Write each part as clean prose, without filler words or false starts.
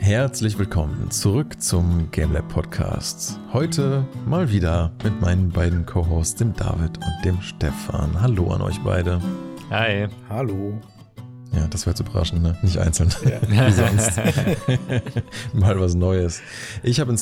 Herzlich willkommen zurück zum GameLab Podcast. Heute mal wieder mit meinen beiden Co-Hosts, dem David und dem Stefan. Hallo an euch beide. Hi. Hallo. Ja, das wäre jetzt überraschend, ne? Nicht einzeln. Ja. Wie sonst. Mal was Neues. Ich habe ein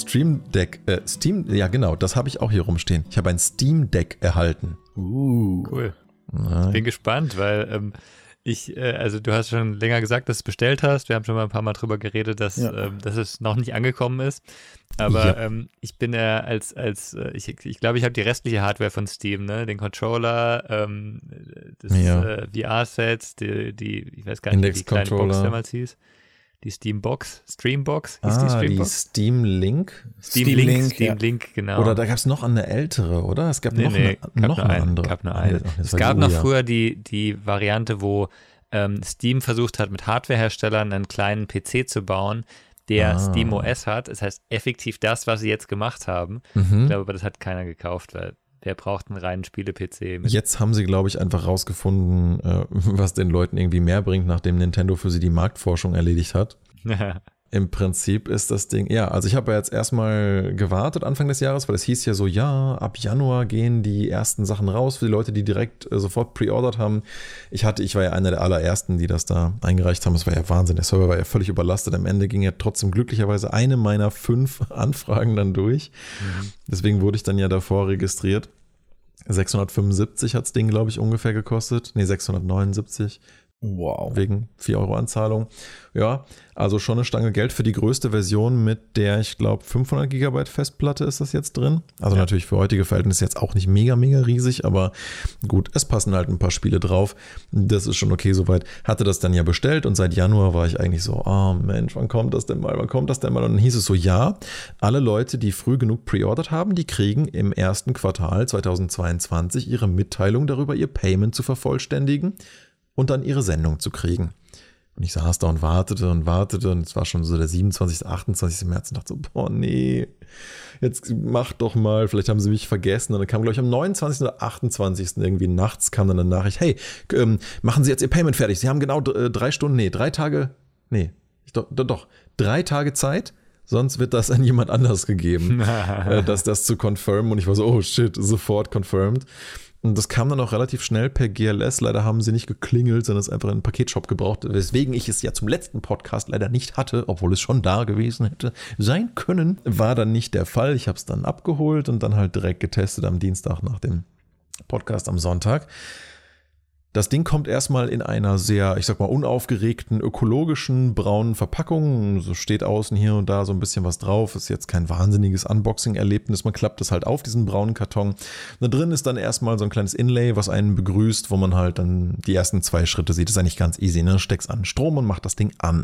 ja genau, das habe ich auch hier rumstehen. Ich habe ein Steam Deck erhalten. Cool. Ich bin gespannt, weil also du hast schon länger gesagt, dass du es bestellt hast. Wir haben schon mal ein paar Mal drüber geredet, dass es noch nicht angekommen ist. Aber ich bin ja ich glaube, ich habe die restliche Hardware von Steam, ne? Den Controller, das VR-Set, ich weiß gar nicht, wie die kleine Box damals hieß. Die Streambox hieß die Streambox? Die Steam Link? Steam Link, genau. Oder da gab es noch eine ältere, oder? Es gab noch eine andere. Gab nur eine. Es gab noch früher die Variante, wo Steam versucht hat, mit Hardwareherstellern einen kleinen PC zu bauen, der Steam OS hat. Das heißt, effektiv das, was sie jetzt gemacht haben. Ich glaube, aber das hat keiner gekauft, weil wer braucht einen reinen Spiele-PC? Jetzt haben sie, glaube ich, einfach rausgefunden, was den Leuten irgendwie mehr bringt, nachdem Nintendo für sie die Marktforschung erledigt hat. Im Prinzip ist das Ding, also ich habe ja jetzt erstmal gewartet Anfang des Jahres, weil es hieß ja so, ab Januar gehen die ersten Sachen raus für die Leute, die direkt sofort pre-ordert haben. Ich war ja einer der allerersten, die das da eingereicht haben. Es war ja Wahnsinn, der Server war ja völlig überlastet. Am Ende ging ja trotzdem glücklicherweise eine meiner 5 Anfragen dann durch. Deswegen wurde ich dann ja davor registriert. 675 hat das Ding, glaube ich, ungefähr gekostet. 679. Wow. Wegen 4 € Anzahlung. Ja, also schon eine Stange Geld für die größte Version mit der, ich glaube, 500 GB Festplatte ist das jetzt drin. Also natürlich für heutige Verhältnisse jetzt auch nicht mega riesig, aber gut, es passen halt ein paar Spiele drauf. Das ist schon okay soweit. Hatte das dann ja bestellt und seit Januar war ich eigentlich so, Mensch, wann kommt das denn mal? Und dann hieß es so, alle Leute, die früh genug pre-ordert haben, die kriegen im ersten Quartal 2022 ihre Mitteilung darüber, ihr Payment zu vervollständigen und dann ihre Sendung zu kriegen. Und ich saß da und wartete und es war schon so der 27., 28. März und dachte so, nee, jetzt mach doch mal, vielleicht haben sie mich vergessen. Und dann kam, glaube ich, am 29. oder 28. irgendwie nachts kam dann eine Nachricht, hey, machen Sie jetzt Ihr Payment fertig. Sie haben genau 3 Tage Zeit, sonst wird das an jemand anders gegeben, das zu confirmen. Und ich war so, oh shit, sofort confirmed. Und das kam dann auch relativ schnell per GLS. Leider haben sie nicht geklingelt, sondern es einfach in einen Paketshop gebraucht, weswegen ich es ja zum letzten Podcast leider nicht hatte, obwohl es schon da gewesen hätte sein können. War dann nicht der Fall. Ich habe es dann abgeholt und dann halt direkt getestet am Dienstag nach dem Podcast am Sonntag. Das Ding kommt erstmal in einer sehr, ich sag mal, unaufgeregten, ökologischen, braunen Verpackung. So steht außen hier und da so ein bisschen was drauf. Ist jetzt kein wahnsinniges Unboxing-Erlebnis. Man klappt das halt auf, diesen braunen Karton. Da drin ist dann erstmal so ein kleines Inlay, was einen begrüßt, wo man halt dann die ersten 2 Schritte sieht. Das ist eigentlich ganz easy, ne? Steckst an Strom und mach das Ding an.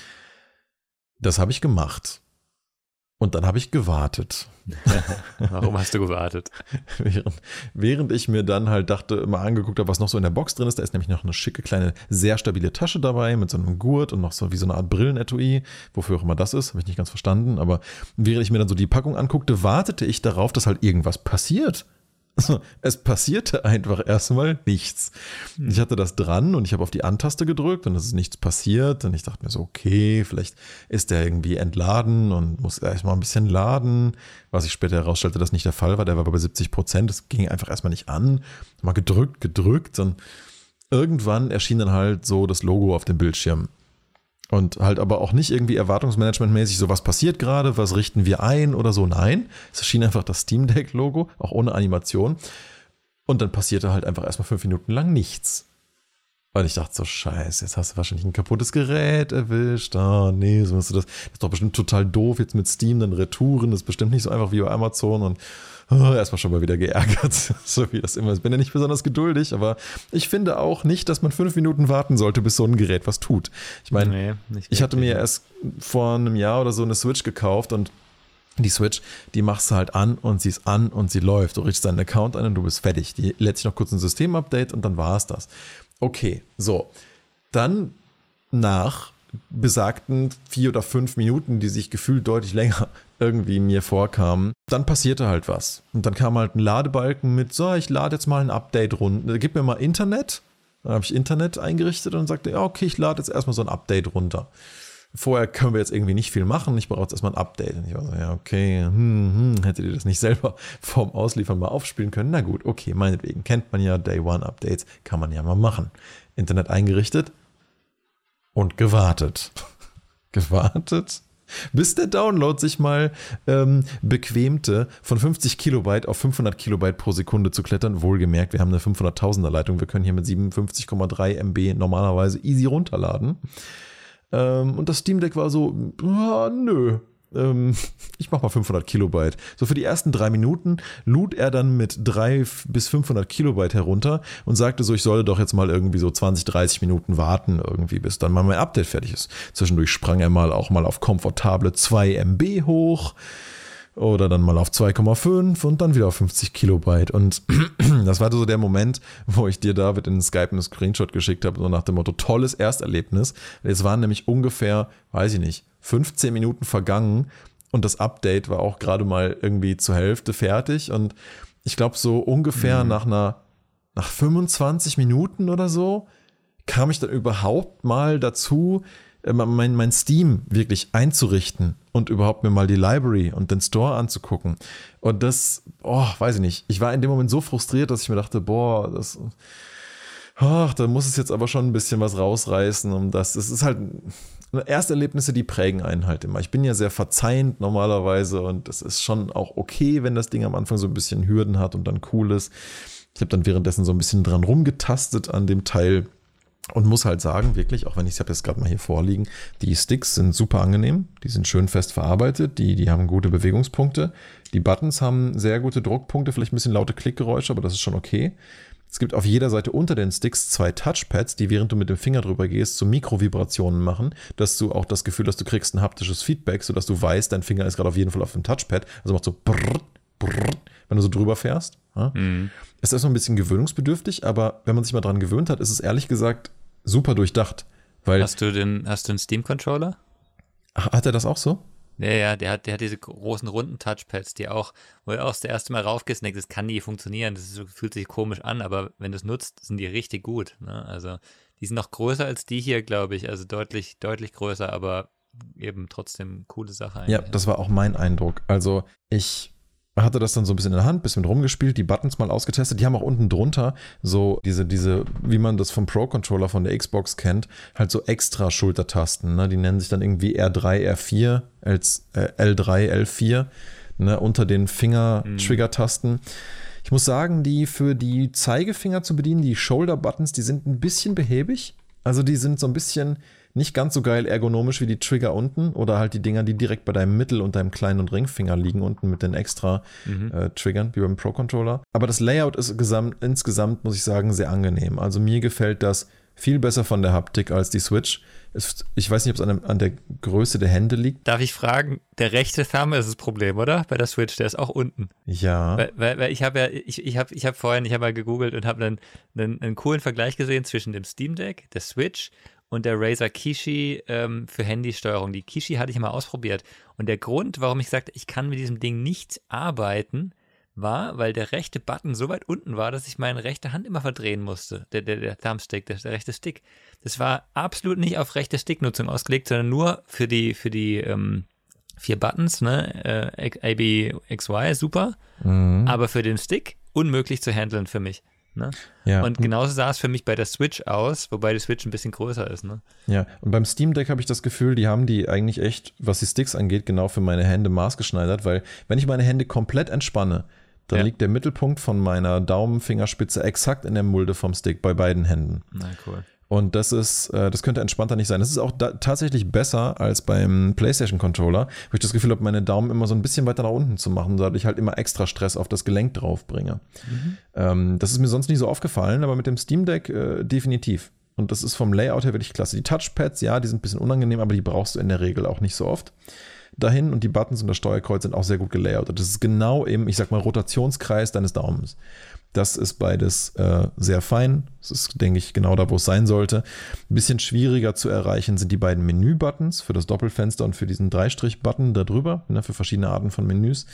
Das habe ich gemacht. Und dann habe ich gewartet. Warum hast du gewartet? Während ich mir dann halt mal angeguckt habe, was noch so in der Box drin ist. Da ist nämlich noch eine schicke, kleine, sehr stabile Tasche dabei mit so einem Gurt und noch so wie so eine Art Brillenetui. Wofür auch immer das ist, habe ich nicht ganz verstanden. Aber während ich mir dann so die Packung anguckte, wartete ich darauf, dass halt irgendwas passiert. Es passierte einfach erstmal nichts. Ich hatte das dran und ich habe auf die An-Taste gedrückt und es ist nichts passiert. Und ich dachte mir so, okay, vielleicht ist der irgendwie entladen und muss erstmal ein bisschen laden. Was ich später herausstellte, dass nicht der Fall war. Der war bei 70%. Es ging einfach erstmal nicht an. Mal gedrückt und irgendwann erschien dann halt so das Logo auf dem Bildschirm. Und halt aber auch nicht irgendwie erwartungsmanagementmäßig, so was passiert gerade, was richten wir ein oder so. Nein, es erschien einfach das Steam Deck-Logo, auch ohne Animation. Und dann passierte halt einfach erstmal 5 Minuten lang nichts. Und ich dachte so, scheiße, jetzt hast du wahrscheinlich ein kaputtes Gerät erwischt. Nee, so musst du das ist doch bestimmt total doof, jetzt mit Steam dann Retouren. Das ist bestimmt nicht so einfach wie bei Amazon und erstmal schon mal wieder geärgert, so wie das immer ist. Ich bin ja nicht besonders geduldig, aber ich finde auch nicht, dass man 5 Minuten warten sollte, bis so ein Gerät was tut. Ich meine, ich hatte mir erst vor einem Jahr oder so eine Switch gekauft und die Switch, die machst du halt an und sie ist an und sie läuft. Du richtest deinen Account ein und du bist fertig. Die lädt sich noch kurz ein Systemupdate und dann war es das. Okay, so. Dann nach besagten 4 oder 5 Minuten, die sich gefühlt deutlich länger irgendwie mir vorkamen, dann passierte halt was. Und dann kam halt ein Ladebalken mit, so, ich lade jetzt mal ein Update runter. Gib mir mal Internet. Dann habe ich Internet eingerichtet und sagte, ja, okay, ich lade jetzt erstmal so ein Update runter. vorher können wir jetzt irgendwie nicht viel machen, ich brauche jetzt erstmal ein Update. Und ich war so, ja, okay, hättet ihr das nicht selber vorm Ausliefern mal aufspielen können? Na gut, okay, meinetwegen, kennt man ja, Day-One-Updates, kann man ja mal machen. Internet eingerichtet und gewartet. Bis der Download sich mal bequemte, von 50 Kilobyte auf 500 Kilobyte pro Sekunde zu klettern. Wohlgemerkt, wir haben eine 500.000er Leitung, wir können hier mit 57,3 MB normalerweise easy runterladen. Und das Steam Deck war so, nö, ich mach mal 500 Kilobyte. So für die ersten 3 Minuten lud er dann mit 3 bis 500 Kilobyte herunter und sagte so, ich solle doch jetzt mal irgendwie so 20, 30 Minuten warten irgendwie, bis dann mal mein Update fertig ist. Zwischendurch sprang er auch mal auf komfortable 2 MB hoch oder dann mal auf 2,5 und dann wieder auf 50 Kilobyte. Und das war so der Moment, wo ich dir, David, in Skype einen Screenshot geschickt habe, so nach dem Motto, tolles Ersterlebnis. Es waren nämlich ungefähr, weiß ich nicht, 15 Minuten vergangen und das Update war auch gerade mal irgendwie zur Hälfte fertig und ich glaube so ungefähr nach 25 Minuten oder so kam ich dann überhaupt mal dazu, mein Steam wirklich einzurichten und überhaupt mir mal die Library und den Store anzugucken. Und das, weiß ich nicht, ich war in dem Moment so frustriert, dass ich mir dachte, da muss es jetzt aber schon ein bisschen was rausreißen, es ist halt Ersterlebnisse, die prägen einen halt immer. Ich bin ja sehr verzeihend normalerweise und es ist schon auch okay, wenn das Ding am Anfang so ein bisschen Hürden hat und dann cool ist. Ich habe dann währenddessen so ein bisschen dran rumgetastet an dem Teil und muss halt sagen, wirklich, auch wenn ich habe jetzt gerade mal hier vorliegen, die Sticks sind super angenehm, die sind schön fest verarbeitet, die haben gute Bewegungspunkte, die Buttons haben sehr gute Druckpunkte, vielleicht ein bisschen laute Klickgeräusche, aber das ist schon okay. Es gibt auf jeder Seite unter den Sticks 2 Touchpads, die während du mit dem Finger drüber gehst, so Mikrovibrationen machen, dass du auch das Gefühl hast, du kriegst ein haptisches Feedback, sodass du weißt, dein Finger ist gerade auf jeden Fall auf dem Touchpad. Also macht so brrr, brrr, wenn du so drüber fährst. Ja? Es ist noch ein bisschen gewöhnungsbedürftig, aber wenn man sich mal dran gewöhnt hat, ist es ehrlich gesagt super durchdacht. Weil hast du einen Steam-Controller? Hat er das auch so? Ja, der hat diese großen runden Touchpads, wo du auch das erste Mal raufgehst und denkst, das kann nie funktionieren, fühlt sich komisch an, aber wenn du es nutzt, sind die richtig gut. Ne? Also die sind noch größer als die hier, glaube ich, also deutlich, deutlich größer, aber eben trotzdem coole Sache eigentlich. Ja, das war auch mein Eindruck. Also ich hatte das dann so ein bisschen in der Hand, bisschen mit rumgespielt, die Buttons mal ausgetestet. Die haben auch unten drunter so diese, wie man das vom Pro-Controller von der Xbox kennt, halt so extra Schultertasten. Ne? Die nennen sich dann irgendwie R3, R4, L3, L4, ne? Unter den Finger-Trigger-Tasten. Ich muss sagen, die für die Zeigefinger zu bedienen, die Shoulder-Buttons, die sind ein bisschen behäbig. Also die sind so ein bisschen nicht ganz so geil ergonomisch wie die Trigger unten oder halt die Dinger, die direkt bei deinem Mittel- und deinem Klein- und Ringfinger liegen unten mit den extra Triggern, wie beim Pro-Controller. Aber das Layout ist insgesamt, muss ich sagen, sehr angenehm. Also mir gefällt das viel besser von der Haptik als die Switch. Ich weiß nicht, ob es an der Größe der Hände liegt. Darf ich fragen, der rechte Thumb ist das Problem, oder? Bei der Switch, der ist auch unten. Ja. Weil ich habe mal gegoogelt und habe einen coolen Vergleich gesehen zwischen dem Steam Deck, der Switch und der Razer Kishi für Handysteuerung. Die Kishi hatte ich mal ausprobiert. Und der Grund, warum ich sagte, ich kann mit diesem Ding nicht arbeiten, war, weil der rechte Button so weit unten war, dass ich meine rechte Hand immer verdrehen musste. Der Thumbstick, der rechte Stick. Das war absolut nicht auf rechte Sticknutzung ausgelegt, sondern nur für die 4 Buttons, ne? A, B, X, Y, super. Aber für den Stick unmöglich zu handeln für mich. Ne? Ja. Und genauso sah es für mich bei der Switch aus, wobei die Switch ein bisschen größer ist. Ne? Ja, und beim Steam Deck habe ich das Gefühl, die haben die eigentlich echt, was die Sticks angeht, genau für meine Hände maßgeschneidert, weil wenn ich meine Hände komplett entspanne, dann liegt der Mittelpunkt von meiner Daumenfingerspitze exakt in der Mulde vom Stick bei beiden Händen. Na, cool. Und das könnte entspannter nicht sein. Das ist auch tatsächlich besser als beim PlayStation-Controller, wo ich das Gefühl habe, meine Daumen immer so ein bisschen weiter nach unten zu machen, dadurch ich halt immer extra Stress auf das Gelenk drauf bringe. Das ist mir sonst nicht so aufgefallen, aber mit dem Steam Deck definitiv. Und das ist vom Layout her wirklich klasse. Die Touchpads, ja, die sind ein bisschen unangenehm, aber die brauchst du in der Regel auch nicht so oft. Dahin und die Buttons und das Steuerkreuz sind auch sehr gut gelayoutet. Das ist genau im, ich sag mal, Rotationskreis deines Daumens. Das ist beides sehr fein. Das ist, denke ich, genau da, wo es sein sollte. Ein bisschen schwieriger zu erreichen sind die beiden Menü-Buttons für das Doppelfenster und für diesen Dreistrich-Button da drüber, ne, für verschiedene Arten von Menüs.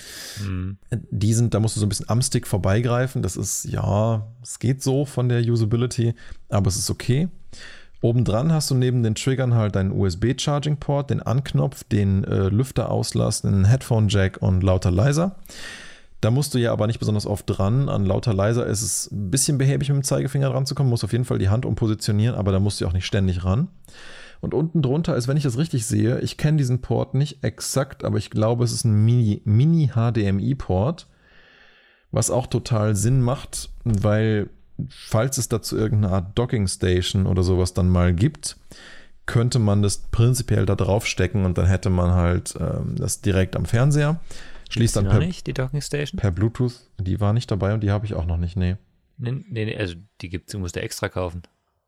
Da musst du so ein bisschen am Stick vorbeigreifen. Das ist, ja, es geht so von der Usability, aber es ist okay. Obendran hast du neben den Triggern halt deinen USB-Charging-Port, den Anknopf, den Lüfterauslass, den Headphone-Jack und lauter-leiser. Da musst du ja aber nicht besonders oft dran. An lauter-leiser ist es ein bisschen behäbig, mit dem Zeigefinger dran zu kommen. Musst auf jeden Fall die Hand umpositionieren, aber da musst du auch nicht ständig ran. Und unten drunter ist, wenn ich das richtig sehe, ich kenne diesen Port nicht exakt, aber ich glaube, es ist ein Mini-HDMI-Port, was auch total Sinn macht, weil falls es dazu irgendeine Art Docking-Station oder sowas dann mal gibt, könnte man das prinzipiell da drauf stecken und dann hätte man halt das direkt am Fernseher. Schließt dann die Docking Station? Per Bluetooth. Die war nicht dabei und die habe ich auch noch nicht, nee. Nee, also die gibt's, du musst ja extra kaufen.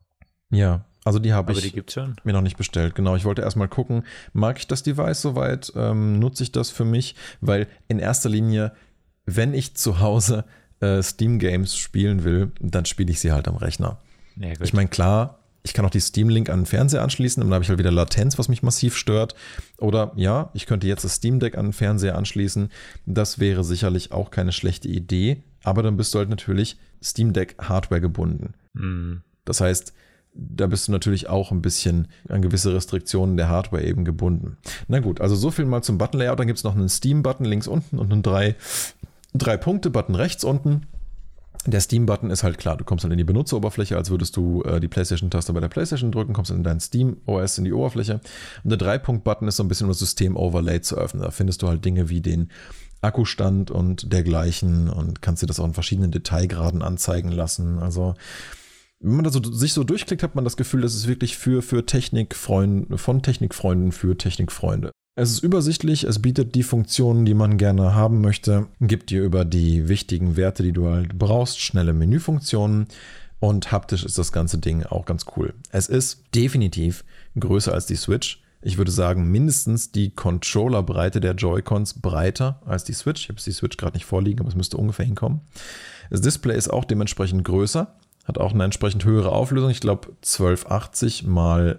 Ja, also die habe ich die gibt's schon. Mir noch nicht bestellt. Genau, ich wollte erstmal gucken, mag ich das Device soweit, nutze ich das für mich, weil in erster Linie, wenn ich zu Hause Steam-Games spielen will, dann spiele ich sie halt am Rechner. Ja, gut. Ich meine, klar, ich kann auch die Steam-Link an den Fernseher anschließen, dann habe ich halt wieder Latenz, was mich massiv stört. Oder ja, ich könnte jetzt das Steam Deck an den Fernseher anschließen. Das wäre sicherlich auch keine schlechte Idee, aber dann bist du halt natürlich Steam Deck Hardware gebunden. Mhm. Das heißt, da bist du natürlich auch ein bisschen an gewisse Restriktionen der Hardware eben gebunden. Na gut, also so viel mal zum Button-Layout. Dann gibt es noch einen Steam-Button links unten und einen 3-Punkte-Button rechts unten. Der Steam-Button ist halt klar, du kommst dann in die Benutzeroberfläche, als würdest du die PlayStation-Taste bei der PlayStation drücken, kommst dann in dein Steam-OS in die Oberfläche. Und der 3-Punkt-Button ist so ein bisschen um das System-Overlay zu öffnen. Da findest du halt Dinge wie den Akkustand und dergleichen und kannst dir das auch in verschiedenen Detailgraden anzeigen lassen. Also wenn man da sich so durchklickt, hat man das Gefühl, das ist wirklich für Technikfreunde, von Technikfreunden für Technikfreunde. Es ist übersichtlich, es bietet die Funktionen, die man gerne haben möchte, gibt dir über die wichtigen Werte, die du halt brauchst, schnelle Menüfunktionen und haptisch ist das ganze Ding auch ganz cool. Es ist definitiv größer als die Switch. Ich würde sagen, mindestens die Controllerbreite der Joy-Cons breiter als die Switch. Ich habe die Switch gerade nicht vorliegen, aber es müsste ungefähr hinkommen. Das Display ist auch dementsprechend größer, hat auch eine entsprechend höhere Auflösung. Ich glaube 1280 x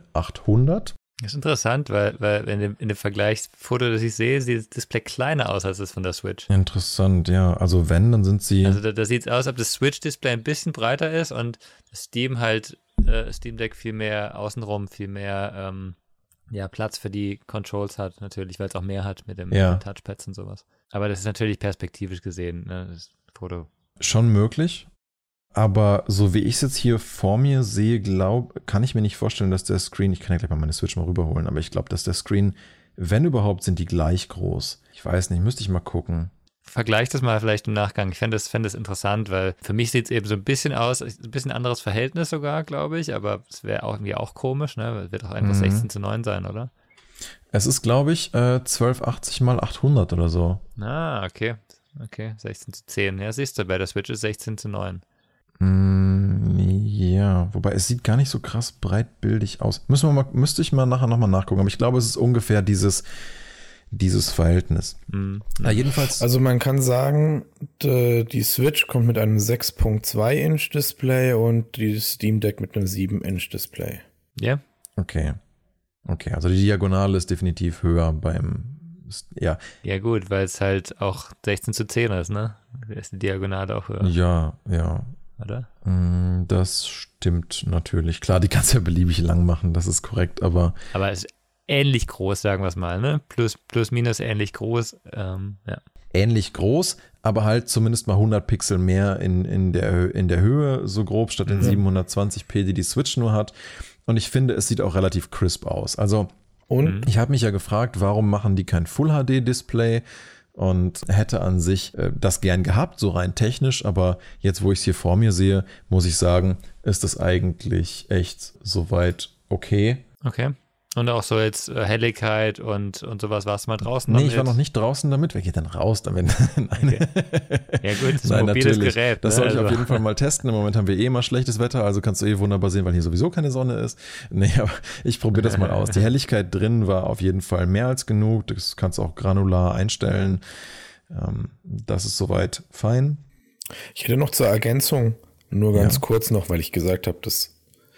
800. Das ist interessant, weil in dem Vergleichsfoto, das ich sehe, sieht das Display kleiner aus als das von der Switch. Interessant, ja. Also wenn, dann sind sie... Also da sieht es aus, als ob das Switch-Display ein bisschen breiter ist und das Steam Deck viel mehr außenrum, viel mehr Platz für die Controls hat natürlich, weil es auch mehr hat mit den Touchpads und sowas. Aber das ist natürlich perspektivisch gesehen, ne, das Foto. Schon möglich. Aber so wie ich es jetzt hier vor mir sehe, kann ich mir nicht vorstellen, dass der Screen, ich kann ja gleich mal meine Switch mal rüberholen, aber ich glaube, dass der Screen, wenn überhaupt, sind die gleich groß. Ich weiß nicht, müsste ich mal gucken. Vergleich das mal vielleicht im Nachgang. Ich fände das interessant, weil für mich sieht es eben so ein bisschen aus, ein bisschen anderes Verhältnis sogar, glaube ich, aber es wäre auch irgendwie auch komisch, ne? Es wird auch einfach 16:9 sein, oder? Es ist, glaube ich, 1280 x 800 oder so. Ah, okay. Okay, 16:10. Ja, siehst du, bei der Switch ist 16:9. Ja, wobei es sieht gar nicht so krass breitbildig aus. Müsste ich mal nachher nochmal nachgucken, aber ich glaube, es ist ungefähr dieses Verhältnis. Ja, jedenfalls. Also man kann sagen, die Switch kommt mit einem 6.2 Display und die Steam Deck mit einem 7 Display. Ja. Okay, also die Diagonale ist definitiv höher ja. Ja gut, weil es halt auch 16:10 ist, ne? Da ist die Diagonale auch höher. Ja. Oder? Das stimmt natürlich. Klar, die kannst du ja beliebig lang machen, das ist korrekt, aber es ist ähnlich groß, sagen wir es mal, ne? Plus, minus ähnlich groß, ja. Ähnlich groß, aber halt zumindest mal 100 Pixel mehr in der Höhe, so grob, statt den 720p, die Switch nur hat. Und ich finde, es sieht auch relativ crisp aus. Also, ich habe mich ja gefragt, warum machen die kein Full-HD-Display? Und hätte an sich das gern gehabt, so rein technisch, aber jetzt, wo ich es hier vor mir sehe, muss ich sagen, ist das eigentlich echt soweit okay. Okay. Und auch so jetzt Helligkeit und sowas, warst du mal draußen damit? Nee, ich war noch nicht draußen damit. Wer geht denn raus damit? Okay. Ja gut, das ist ein mobiles Gerät. Das soll ich auf jeden Fall mal testen. Im Moment haben wir immer schlechtes Wetter, also kannst du wunderbar sehen, weil hier sowieso keine Sonne ist. Nee, aber ich probiere das mal aus. Die Helligkeit drin war auf jeden Fall mehr als genug. Das kannst du auch granular einstellen. Das ist soweit fein. Ich hätte noch zur Ergänzung, nur ganz kurz noch, weil ich gesagt habe, dass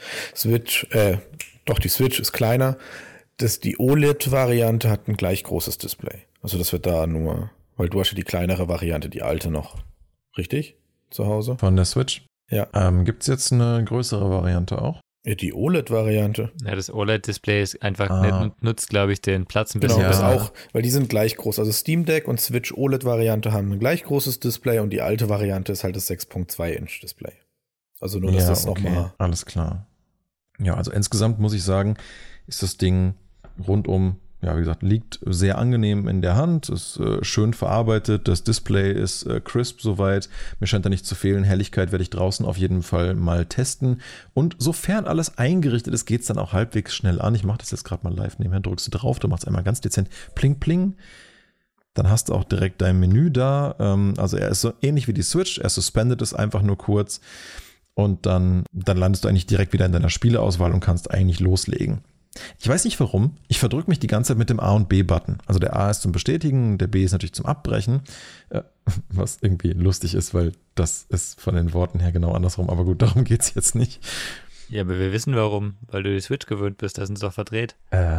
die Switch ist kleiner. Die OLED-Variante hat ein gleich großes Display. Also das wird da nur, weil du hast ja die kleinere Variante, die alte noch. Richtig? Zu Hause? Von der Switch? Ja. Gibt es jetzt eine größere Variante auch? Die OLED-Variante. Ja, das OLED-Display ist einfach nutzt, glaube ich, den Platz ein bisschen. Genau, das auch, weil die sind gleich groß. Also Steam Deck und Switch OLED-Variante haben ein gleich großes Display und die alte Variante ist halt das 6.2-Inch-Display. Also nur, dass das nochmal... Alles klar. Ja, also insgesamt muss ich sagen, ist das Ding rundum, ja, wie gesagt, liegt sehr angenehm in der Hand, ist schön verarbeitet, das Display ist crisp soweit, mir scheint da nicht zu fehlen, Helligkeit werde ich draußen auf jeden Fall mal testen und sofern alles eingerichtet ist, geht es dann auch halbwegs schnell an. Ich mache das jetzt gerade mal live nebenher, drückst du drauf, du machst einmal ganz dezent pling pling, dann hast du auch direkt dein Menü da, also er ist so ähnlich wie die Switch, er suspendet es einfach nur kurz und dann landest du eigentlich direkt wieder in deiner Spieleauswahl und kannst eigentlich loslegen. Ich weiß nicht warum, ich verdrücke mich die ganze Zeit mit dem A- und B-Button. Also der A ist zum Bestätigen, der B ist natürlich zum Abbrechen, was irgendwie lustig ist, weil das ist von den Worten her genau andersrum, aber gut, darum geht es jetzt nicht. Ja, aber wir wissen warum, weil du die Switch gewöhnt bist, da sind sie doch verdreht.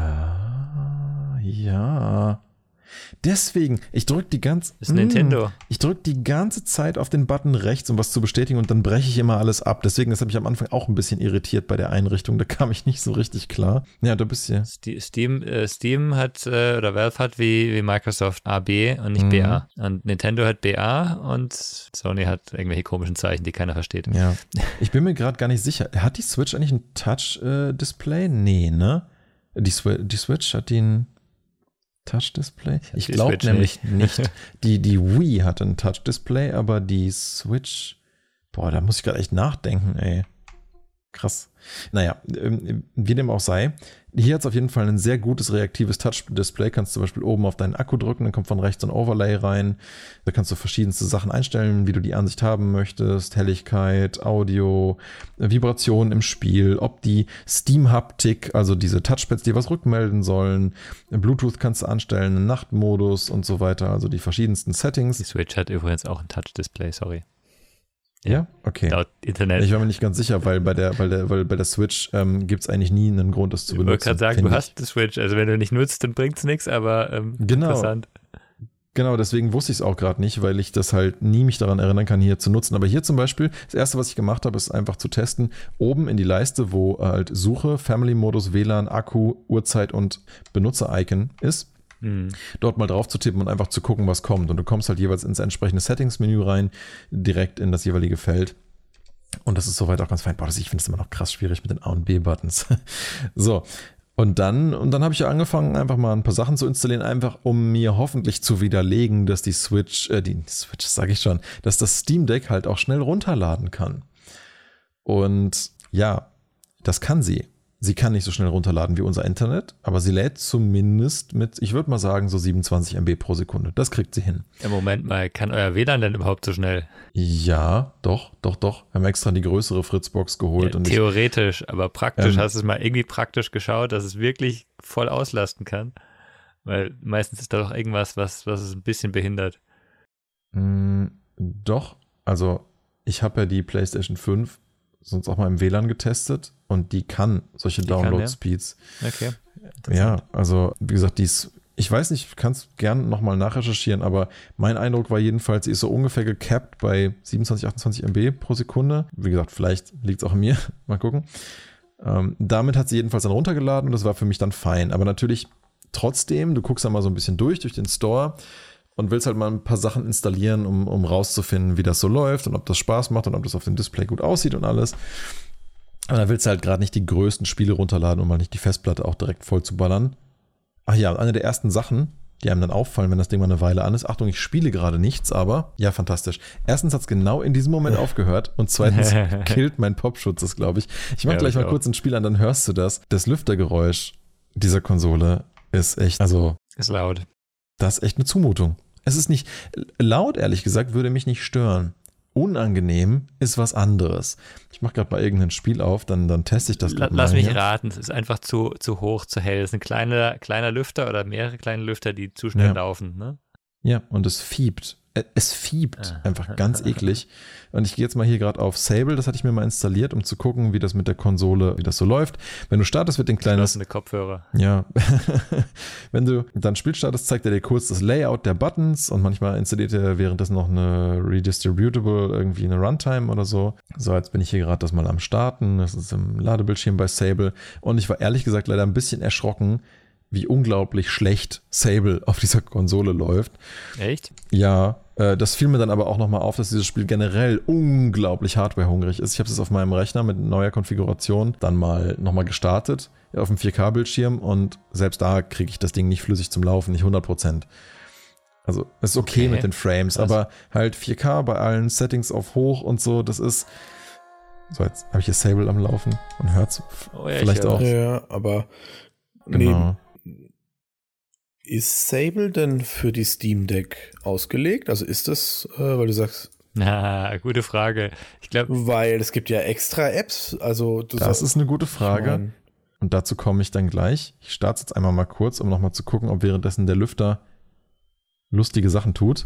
Ja. Deswegen, ich drücke die ganze Zeit auf den Button rechts, um was zu bestätigen und dann breche ich immer alles ab. Deswegen, das hat mich am Anfang auch ein bisschen irritiert bei der Einrichtung. Da kam ich nicht so richtig klar. Ja, du bist hier. Steam hat, oder Valve hat wie Microsoft AB und nicht BA. Und Nintendo hat BA und Sony hat irgendwelche komischen Zeichen, die keiner versteht. Ja, ich bin mir gerade gar nicht sicher. Hat die Switch eigentlich ein Touch-Display? Nee, ne? Die Switch hat den Touch-Display? Ich glaube nämlich nicht. Die Wii hatte ein Touch-Display, aber die Switch, da muss ich gerade echt nachdenken, ey. Krass. Naja, wie dem auch sei, hier hat es auf jeden Fall ein sehr gutes reaktives Touch-Display. Kannst zum Beispiel oben auf deinen Akku drücken, dann kommt von rechts ein Overlay rein. Da kannst du verschiedenste Sachen einstellen, wie du die Ansicht haben möchtest. Helligkeit, Audio, Vibration im Spiel, ob die Steam-Haptik, also diese Touchpads, die was rückmelden sollen. Bluetooth kannst du anstellen, einen Nachtmodus und so weiter. Also die verschiedensten Settings. Die Switch hat übrigens auch ein Touch-Display, sorry. Ja, okay. Laut Internet. Ich war mir nicht ganz sicher, weil bei der Switch gibt es eigentlich nie einen Grund, das zu benutzen. Ich wollte gerade sagen, du hast die Switch, also wenn du nicht nutzt, dann bringt es nichts, aber interessant. Genau, deswegen wusste ich es auch gerade nicht, weil ich das halt nie mich daran erinnern kann, hier zu nutzen. Aber hier zum Beispiel, das erste, was ich gemacht habe, ist einfach zu testen, oben in die Leiste, wo halt Suche, Family-Modus, WLAN, Akku, Uhrzeit und Benutzer-Icon ist. Dort mal drauf zu tippen und einfach zu gucken, was kommt. Und du kommst halt jeweils ins entsprechende Settings-Menü rein, direkt in das jeweilige Feld. Und das ist soweit auch ganz fein. Ich finde es immer noch krass schwierig mit den A- und B-Buttons. So, und dann habe ich ja angefangen, einfach mal ein paar Sachen zu installieren, einfach um mir hoffentlich zu widerlegen, dass die Switch sage ich schon, dass das Steam Deck halt auch schnell runterladen kann. Und ja, das kann sie. Sie kann nicht so schnell runterladen wie unser Internet, aber sie lädt zumindest mit, ich würde mal sagen, so 27 MB pro Sekunde. Das kriegt sie hin. Im Moment mal, kann euer WLAN denn überhaupt so schnell? Ja, doch. Wir haben extra die größere Fritzbox geholt. Ja, theoretisch, aber praktisch, hast du es mal irgendwie praktisch geschaut, dass es wirklich voll auslasten kann? Weil meistens ist da doch irgendwas, was es ein bisschen behindert. Doch, also ich habe ja die PlayStation 5 sonst auch mal im WLAN getestet und die kann solche Download-Speeds. Ja. Okay. Ja, also wie gesagt, ich weiß nicht, kannst gerne nochmal nachrecherchieren, aber mein Eindruck war jedenfalls, sie ist so ungefähr gecapped bei 27, 28 MB pro Sekunde. Wie gesagt, vielleicht liegt es auch an mir, mal gucken. Damit hat sie jedenfalls dann runtergeladen und das war für mich dann fein. Aber natürlich trotzdem, du guckst dann mal so ein bisschen durch den Store und willst halt mal ein paar Sachen installieren, um rauszufinden, wie das so läuft und ob das Spaß macht und ob das auf dem Display gut aussieht und alles. Aber dann willst du halt gerade nicht die größten Spiele runterladen, um mal nicht die Festplatte auch direkt voll zu ballern. Ach ja, eine der ersten Sachen, die einem dann auffallen, wenn das Ding mal eine Weile an ist. Achtung, ich spiele gerade nichts, aber ja, fantastisch. Erstens hat es genau in diesem Moment aufgehört und zweitens killt mein Popschutz das, glaube ich. Ich mache gleich mal kurz ein Spiel an, dann hörst du das. Das Lüftergeräusch dieser Konsole ist echt, ist laut. Das ist echt eine Zumutung. Es ist nicht laut, ehrlich gesagt, würde mich nicht stören. Unangenehm ist was anderes. Ich mache gerade mal irgendein Spiel auf, dann teste ich das gerade mal. Lass mich raten, es ist einfach zu hoch, zu hell. Es ist ein kleiner Lüfter oder mehrere kleine Lüfter, die zu schnell laufen, ne? Ja, und es fiebt. es fiebt einfach ganz eklig. Und ich gehe jetzt mal hier gerade auf Sable, das hatte ich mir mal installiert, um zu gucken, wie das mit der Konsole, wie das so läuft. Wenn du startest, wird ein kleines... Kopfhörer. Ja. Wenn du dann Spiel startest, zeigt er dir kurz das Layout der Buttons und manchmal installiert er währenddessen noch eine Redistributable, irgendwie eine Runtime oder so. So, jetzt bin ich hier gerade das mal am Starten. Das ist im Ladebildschirm bei Sable. Und ich war ehrlich gesagt leider ein bisschen erschrocken, wie unglaublich schlecht Sable auf dieser Konsole läuft. Echt? Ja, das fiel mir dann aber auch nochmal auf, dass dieses Spiel generell unglaublich hardwarehungrig ist. Ich habe es auf meinem Rechner mit neuer Konfiguration dann mal nochmal gestartet auf dem 4K-Bildschirm und selbst da kriege ich das Ding nicht flüssig zum Laufen, nicht 100%. Also es ist okay mit den Frames, aber halt 4K bei allen Settings auf hoch und so, das ist... So, jetzt habe ich hier Sable am Laufen und hört's vielleicht auch. Ja, aber genau. Ist Sable denn für die Steam Deck ausgelegt? Also ist das, weil du sagst... Na, gute Frage. Ich glaube... Weil es gibt ja extra Apps, also... Das ist eine gute Frage und dazu komme ich dann gleich. Ich starte jetzt einmal mal kurz, um nochmal zu gucken, ob währenddessen der Lüfter lustige Sachen tut.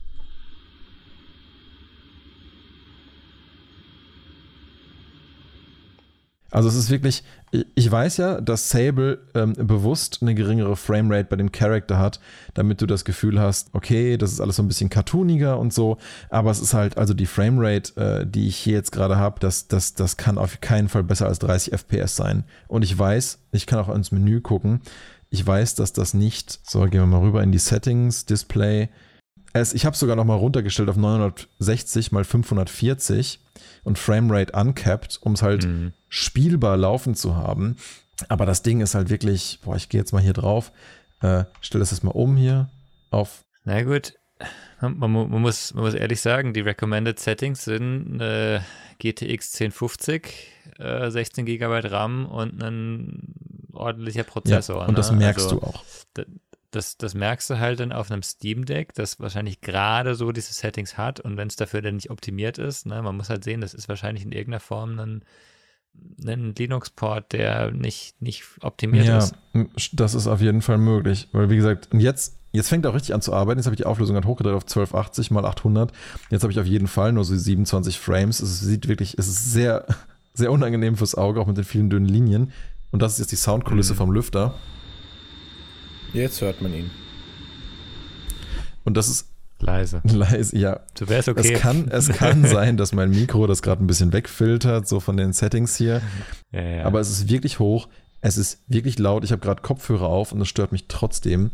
Also es ist wirklich, ich weiß ja, dass Sable bewusst eine geringere Framerate bei dem Charakter hat, damit du das Gefühl hast, okay, das ist alles so ein bisschen cartooniger und so, aber es ist halt, also die Framerate, die ich hier jetzt gerade habe, das kann auf keinen Fall besser als 30 FPS sein. Und ich weiß, ich kann auch ins Menü gucken, ich weiß, dass das nicht, so gehen wir mal rüber in die Settings, Display, ich habe es sogar noch mal runtergestellt auf 960 x 540 und Framerate uncapped, um es halt spielbar laufen zu haben. Aber das Ding ist halt wirklich, ich gehe jetzt mal hier drauf, stelle das jetzt mal um hier auf. Na gut, man muss ehrlich sagen, die Recommended Settings sind GTX 1050, 16 GB RAM und ein ordentlicher Prozessor. Ja, und das merkst du auch. Das merkst du halt dann auf einem Steam Deck, das wahrscheinlich gerade so diese Settings hat und wenn es dafür dann nicht optimiert ist, ne, man muss halt sehen, das ist wahrscheinlich in irgendeiner Form ein Linux-Port, der nicht optimiert ist. Ja, das ist auf jeden Fall möglich, weil wie gesagt, und jetzt fängt er auch richtig an zu arbeiten, jetzt habe ich die Auflösung halt hochgedreht auf 1280 x 800, jetzt habe ich auf jeden Fall nur so 27 Frames, es ist sehr, sehr unangenehm fürs Auge, auch mit den vielen dünnen Linien und das ist jetzt die Soundkulisse vom Lüfter. Jetzt hört man ihn. Und das ist leise, ja. So wäre es okay. Es kann sein, dass mein Mikro das gerade ein bisschen wegfiltert, so von den Settings hier. Ja. Aber es ist wirklich hoch, es ist wirklich laut. Ich habe gerade Kopfhörer auf und es stört mich trotzdem.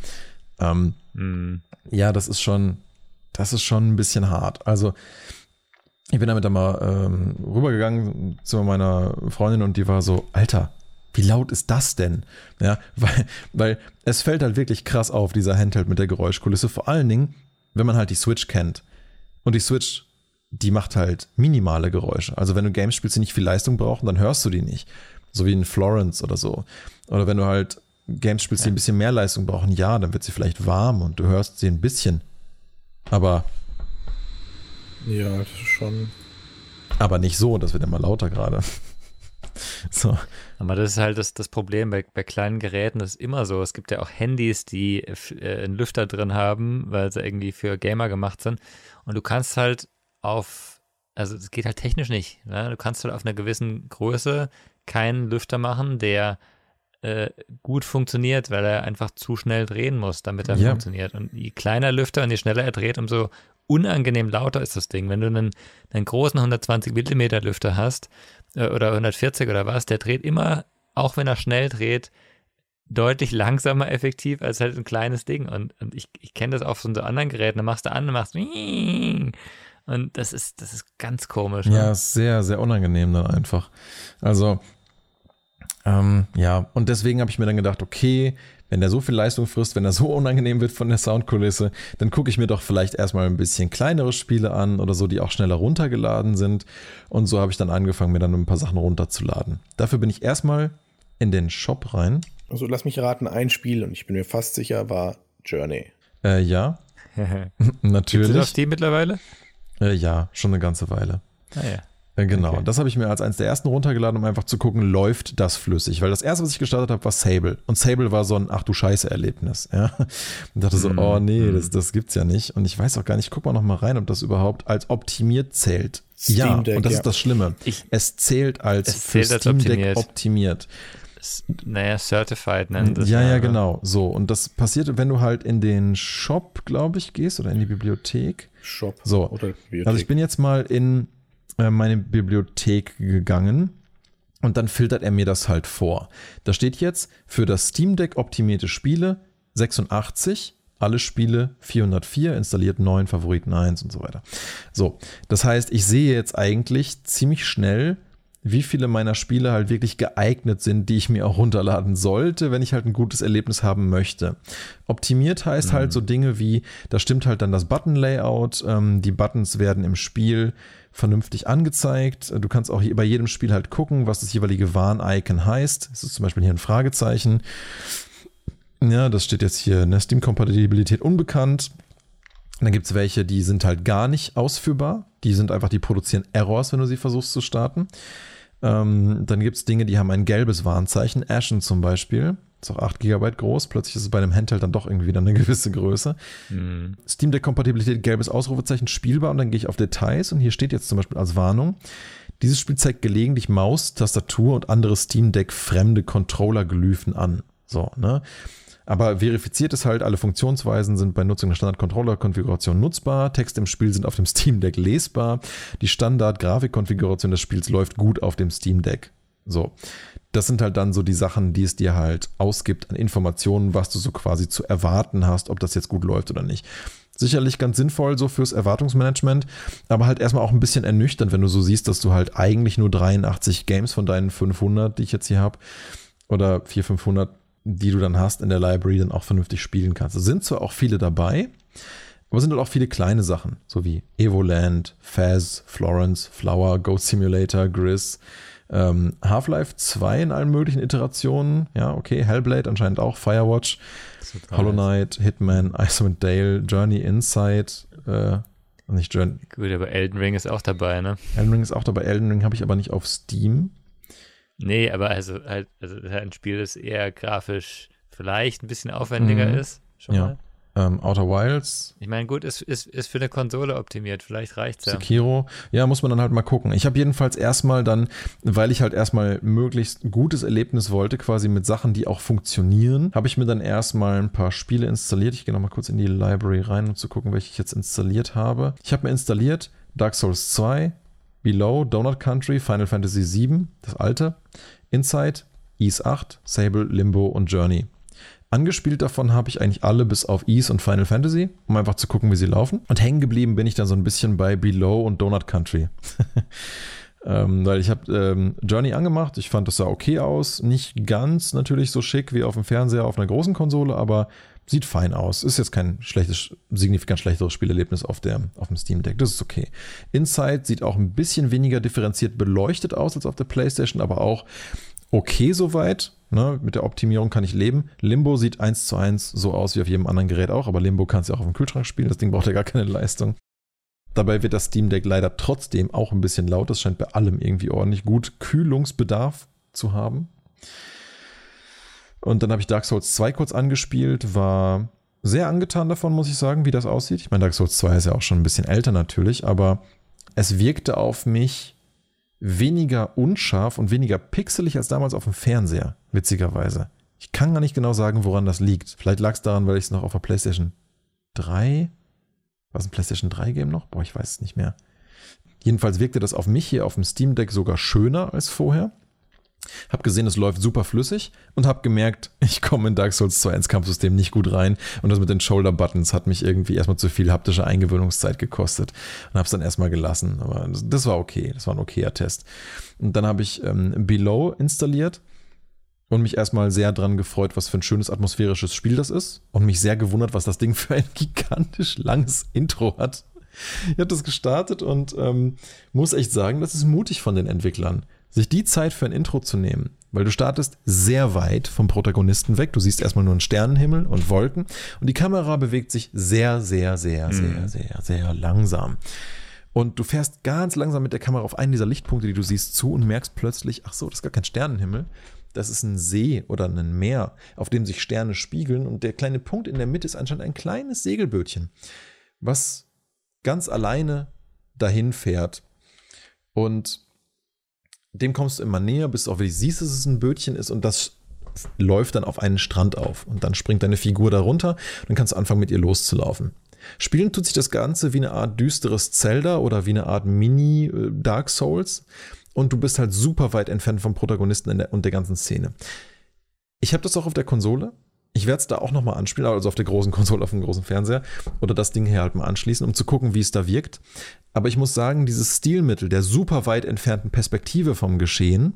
Ja, das ist schon ein bisschen hart. Also ich bin damit dann mal rübergegangen zu meiner Freundin und die war so, Alter, wie laut ist das denn? Ja, weil es fällt halt wirklich krass auf, dieser Handheld mit der Geräuschkulisse. Vor allen Dingen, wenn man halt die Switch kennt. Und die Switch, die macht halt minimale Geräusche. Also wenn du Games spielst, die nicht viel Leistung brauchen, dann hörst du die nicht. So wie in Florence oder so. Oder wenn du halt Games spielst, die ein bisschen mehr Leistung brauchen, ja, dann wird sie vielleicht warm und du hörst sie ein bisschen. Aber ja, das ist schon. Aber nicht so, das wird immer lauter gerade. So. Aber das ist halt das Problem bei kleinen Geräten, das ist immer so. Es gibt ja auch Handys, die einen Lüfter drin haben, weil sie irgendwie für Gamer gemacht sind. Und du kannst halt also es geht halt technisch nicht. Ne? Du kannst halt auf einer gewissen Größe keinen Lüfter machen, der gut funktioniert, weil er einfach zu schnell drehen muss, damit er funktioniert. Und je kleiner Lüfter und je schneller er dreht, umso unangenehm lauter ist das Ding. Wenn du einen großen 120 mm Lüfter hast oder 140 oder was, der dreht immer, auch wenn er schnell dreht, deutlich langsamer effektiv als halt ein kleines Ding. Und ich kenne das auch von so anderen Geräten. Da machst du an und machst und das ist ganz komisch. Ne? Ja, sehr, sehr unangenehm dann einfach. Also ja, und deswegen habe ich mir dann gedacht, okay, wenn der so viel Leistung frisst, wenn er so unangenehm wird von der Soundkulisse, dann gucke ich mir doch vielleicht erstmal ein bisschen kleinere Spiele an oder so, die auch schneller runtergeladen sind. Und so habe ich dann angefangen, mir dann ein paar Sachen runterzuladen. Dafür bin ich erstmal in den Shop rein. Also lass mich raten, ein Spiel, und ich bin mir fast sicher, war Journey. Ja, natürlich. Gibt es auf Steam mittlerweile? Ja, schon eine ganze Weile. Ah ja. Genau, Okay. das habe ich mir als eines der ersten runtergeladen, um einfach zu gucken, läuft das flüssig? Weil das erste, was ich gestartet habe, war Sable. Und Sable war so ein Ach-du-Scheiße-Erlebnis. Ja? Und dachte so, oh nee, das gibt's ja nicht. Und ich weiß auch gar nicht, guck mal noch mal rein, ob das überhaupt als optimiert zählt. Steam Deck, und das ist das Schlimme. Es zählt als für Steam Deck optimiert. Naja, Certified nennen das. Ja, genau. So, und das passiert, wenn du halt in den Shop, glaube ich, gehst oder in die Bibliothek. Shop so. oder Bibliothek. Also ich bin jetzt mal in meine Bibliothek gegangen und dann filtert er mir das halt vor. Da steht jetzt für das Steam Deck optimierte Spiele 86, alle Spiele 404, installiert 9, Favoriten 1 und so weiter. So, das heißt, ich sehe jetzt eigentlich ziemlich schnell, wie viele meiner Spiele halt wirklich geeignet sind, die ich mir auch runterladen sollte, wenn ich halt ein gutes Erlebnis haben möchte. Optimiert heißt halt so Dinge wie, da stimmt halt dann das Button-Layout, die Buttons werden im Spiel vernünftig angezeigt. Du kannst auch bei jedem Spiel halt gucken, was das jeweilige Warn-Icon heißt. Das ist zum Beispiel hier ein Fragezeichen. Ja, das steht jetzt hier, ne, Steam-Kompatibilität unbekannt. Und dann gibt es welche, die sind halt gar nicht ausführbar. Die produzieren Errors, wenn du sie versuchst zu starten. Dann gibt es Dinge, die haben ein gelbes Warnzeichen. Ashen zum Beispiel. Ist auch 8 GB groß. Plötzlich ist es bei einem Handheld dann doch irgendwie wieder eine gewisse Größe. Steam Deck Kompatibilität, gelbes Ausrufezeichen, spielbar. Und dann gehe ich auf Details. Und hier steht jetzt zum Beispiel als Warnung: Dieses Spiel zeigt gelegentlich Maus, Tastatur und andere Steam Deck fremde Controller-Glyphen an. So, ne? Aber verifiziert ist halt, alle Funktionsweisen sind bei Nutzung der Standard-Controller-Konfiguration nutzbar. Texte im Spiel sind auf dem Steam Deck lesbar. Die Standard-Grafik-Konfiguration des Spiels läuft gut auf dem Steam Deck. So, das sind halt dann so die Sachen, die es dir halt ausgibt an Informationen, was du so quasi zu erwarten hast, ob das jetzt gut läuft oder nicht. Sicherlich ganz sinnvoll so fürs Erwartungsmanagement, aber halt erstmal auch ein bisschen ernüchternd, wenn du so siehst, dass du halt eigentlich nur 83 Games von deinen 500, die ich jetzt hier habe, oder 400, 500, die du dann hast in der Library, dann auch vernünftig spielen kannst. Es sind zwar auch viele dabei, aber es sind halt auch viele kleine Sachen, so wie Evoland, Faz, Florence, Flower, Goat Simulator, Grizz, Half-Life 2 in allen möglichen Iterationen, ja, okay, Hellblade anscheinend auch, Firewatch, Hollow Knight, Hitman, Icewind Dale, Journey Inside, nicht Journey. Gut, aber Elden Ring ist auch dabei, ne? Elden Ring ist auch dabei, Elden Ring habe ich aber nicht auf Steam. Nee, aber also ein Spiel, das eher grafisch vielleicht ein bisschen aufwendiger ist. Schon mal. Outer Wilds. Ich meine, gut, ist für eine Konsole optimiert, vielleicht reicht's ja. Sekiro. Ja, muss man dann halt mal gucken. Ich habe jedenfalls erstmal dann, weil ich halt erstmal möglichst ein gutes Erlebnis wollte, quasi mit Sachen, die auch funktionieren, habe ich mir dann erstmal ein paar Spiele installiert. Ich gehe nochmal kurz in die Library rein, um zu gucken, welche ich jetzt installiert habe. Ich habe mir installiert Dark Souls 2, Below, Donut Country, Final Fantasy VII, das alte, Inside, Ys 8, Sable, Limbo und Journey. Angespielt davon habe ich eigentlich alle bis auf Ys und Final Fantasy, um einfach zu gucken, wie sie laufen. Und hängen geblieben bin ich dann so ein bisschen bei Below und Donut Country. Weil ich habe Journey angemacht, ich fand, das sah okay aus. Nicht ganz natürlich so schick wie auf dem Fernseher auf einer großen Konsole, aber sieht fein aus. Ist jetzt kein signifikant schlechteres Spielerlebnis auf dem Steam Deck. Das ist okay. Inside sieht auch ein bisschen weniger differenziert beleuchtet aus als auf der PlayStation, aber auch okay soweit. Ne? Mit der Optimierung kann ich leben. Limbo sieht 1:1 so aus wie auf jedem anderen Gerät auch, aber Limbo kannst du auch auf dem Kühlschrank spielen. Das Ding braucht ja gar keine Leistung. Dabei wird das Steam Deck leider trotzdem auch ein bisschen laut. Das scheint bei allem irgendwie ordentlich gut Kühlungsbedarf zu haben. Und dann habe ich Dark Souls 2 kurz angespielt, war sehr angetan davon, muss ich sagen, wie das aussieht. Ich meine, Dark Souls 2 ist ja auch schon ein bisschen älter natürlich, aber es wirkte auf mich weniger unscharf und weniger pixelig als damals auf dem Fernseher, witzigerweise. Ich kann gar nicht genau sagen, woran das liegt. Vielleicht lag es daran, weil ich es noch auf der PlayStation 3, war es ein PlayStation 3 Game noch? Boah, ich weiß es nicht mehr. Jedenfalls wirkte das auf mich hier auf dem Steam Deck sogar schöner als vorher. Hab gesehen, es läuft super flüssig und hab gemerkt, ich komme in Dark Souls 2 ins Kampfsystem nicht gut rein und das mit den Shoulder-Buttons hat mich irgendwie erstmal zu viel haptische Eingewöhnungszeit gekostet und hab's dann erstmal gelassen, aber das war okay, das war ein okayer Test. Und dann habe ich Below installiert und mich erstmal sehr dran gefreut, was für ein schönes atmosphärisches Spiel das ist und mich sehr gewundert, was das Ding für ein gigantisch langes Intro hat. Ich habe das gestartet und muss echt sagen, das ist mutig von den Entwicklern, sich die Zeit für ein Intro zu nehmen, weil du startest sehr weit vom Protagonisten weg. Du siehst erstmal nur einen Sternenhimmel und Wolken und die Kamera bewegt sich sehr, sehr, sehr, sehr, sehr, sehr langsam. Und du fährst ganz langsam mit der Kamera auf einen dieser Lichtpunkte, die du siehst, zu und merkst plötzlich, ach so, das ist gar kein Sternenhimmel. Das ist ein See oder ein Meer, auf dem sich Sterne spiegeln. Und der kleine Punkt in der Mitte ist anscheinend ein kleines Segelbötchen, was ganz alleine dahin fährt. Und dem kommst du immer näher, bis du auch wirklich siehst, dass es ein Bötchen ist. Und das läuft dann auf einen Strand auf. Und dann springt deine Figur da runter. Dann kannst du anfangen, mit ihr loszulaufen. Spielen tut sich das Ganze wie eine Art düsteres Zelda oder wie eine Art Mini-Dark Souls. Und du bist halt super weit entfernt vom Protagonisten und der ganzen Szene. Ich habe das auch auf der Konsole. Ich werde es da auch nochmal anspielen, also auf der großen Konsole, auf dem großen Fernseher. Oder das Ding hier halt mal anschließen, um zu gucken, wie es da wirkt. Aber ich muss sagen, dieses Stilmittel der super weit entfernten Perspektive vom Geschehen,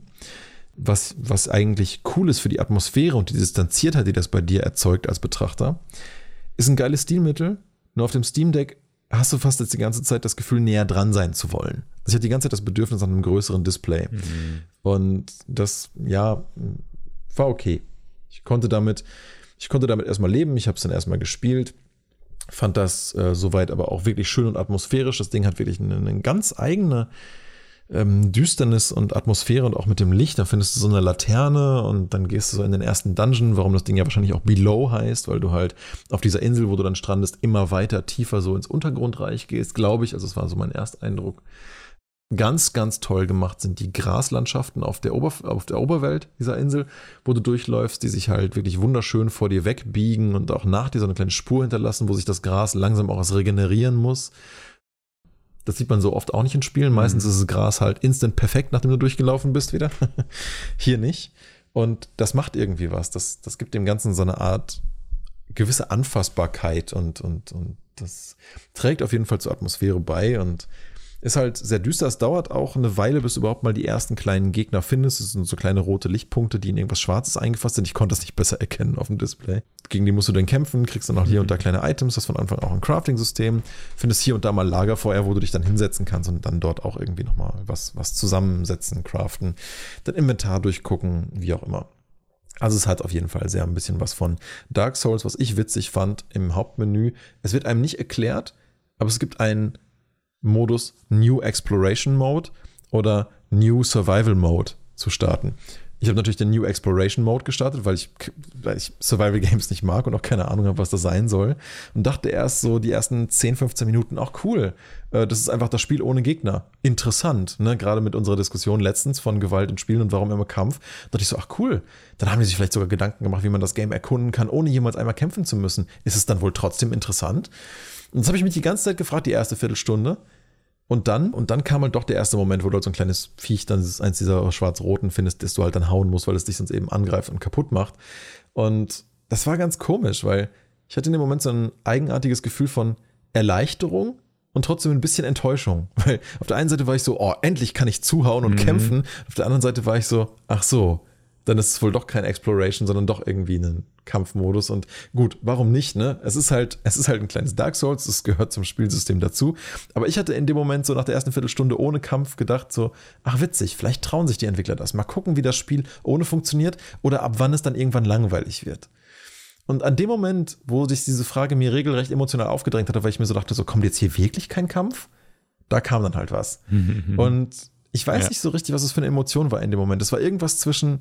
was eigentlich cool ist für die Atmosphäre und die Distanziertheit, die das bei dir erzeugt als Betrachter, ist ein geiles Stilmittel. Nur auf dem Steam Deck hast du fast jetzt die ganze Zeit das Gefühl, näher dran sein zu wollen. Also ich hatte die ganze Zeit das Bedürfnis an einem größeren Display. Und das, ja, war okay. Ich konnte damit erstmal leben. Ich habe es dann erstmal gespielt. Fand das soweit aber auch wirklich schön und atmosphärisch. Das Ding hat wirklich eine ganz eigene Düsternis und Atmosphäre und auch mit dem Licht. Da findest du so eine Laterne und dann gehst du so in den ersten Dungeon, warum das Ding ja wahrscheinlich auch Below heißt, weil du halt auf dieser Insel, wo du dann strandest, immer weiter tiefer so ins Untergrundreich gehst, glaube ich. Also es war so mein Ersteindruck. Ganz, ganz toll gemacht sind die Graslandschaften auf der Oberwelt dieser Insel, wo du durchläufst, die sich halt wirklich wunderschön vor dir wegbiegen und auch nach dir so eine kleine Spur hinterlassen, wo sich das Gras langsam auch regenerieren muss. Das sieht man so oft auch nicht in Spielen. Meistens ist das Gras halt instant perfekt, nachdem du durchgelaufen bist wieder. Hier nicht. Und das macht irgendwie was. Das gibt dem Ganzen so eine Art gewisse Anfassbarkeit und das trägt auf jeden Fall zur Atmosphäre bei und ist halt sehr düster. Es dauert auch eine Weile, bis du überhaupt mal die ersten kleinen Gegner findest. Es sind so kleine rote Lichtpunkte, die in irgendwas Schwarzes eingefasst sind. Ich konnte das nicht besser erkennen auf dem Display. Gegen die musst du dann kämpfen, kriegst dann auch hier und da kleine Items. Das ist von Anfang an auch ein Crafting-System. Findest hier und da mal Lagerfeuer, wo du dich dann hinsetzen kannst und dann dort auch irgendwie nochmal was zusammensetzen, craften, dein Inventar durchgucken, wie auch immer. Also es hat auf jeden Fall sehr ein bisschen was von Dark Souls, was ich witzig fand im Hauptmenü. Es wird einem nicht erklärt, aber es gibt einen Modus New Exploration Mode oder New Survival Mode zu starten. Ich habe natürlich den New Exploration Mode gestartet, weil ich Survival Games nicht mag und auch keine Ahnung habe, was das sein soll. Und dachte erst so die ersten 10, 15 Minuten, auch cool. Das ist einfach das Spiel ohne Gegner. Interessant, ne? Gerade mit unserer Diskussion letztens von Gewalt in Spielen und warum immer Kampf. Da dachte ich so, ach cool. Dann haben die sich vielleicht sogar Gedanken gemacht, wie man das Game erkunden kann, ohne jemals einmal kämpfen zu müssen. Ist es dann wohl trotzdem interessant? Und das habe ich mich die ganze Zeit gefragt, die erste Viertelstunde. Und dann kam halt doch der erste Moment, wo du halt so ein kleines Viech, dann eins dieser schwarz-roten findest, das du halt dann hauen musst, weil es dich sonst eben angreift und kaputt macht. Und das war ganz komisch, weil ich hatte in dem Moment so ein eigenartiges Gefühl von Erleichterung und trotzdem ein bisschen Enttäuschung. Weil auf der einen Seite war ich so, oh, endlich kann ich zuhauen und kämpfen. Auf der anderen Seite war ich so, ach so, dann ist es wohl doch kein Exploration, sondern doch irgendwie ein Kampfmodus. Und gut, warum nicht, ne? Es ist halt ein kleines Dark Souls, es gehört zum Spielsystem dazu. Aber ich hatte in dem Moment so nach der ersten Viertelstunde ohne Kampf gedacht so, ach witzig, vielleicht trauen sich die Entwickler das. Mal gucken, wie das Spiel ohne funktioniert oder ab wann es dann irgendwann langweilig wird. Und an dem Moment, wo sich diese Frage mir regelrecht emotional aufgedrängt hatte, weil ich mir so dachte, so kommt jetzt hier wirklich kein Kampf? Da kam dann halt was. Und ich weiß nicht so richtig, was es für eine Emotion war in dem Moment. Es war irgendwas zwischen,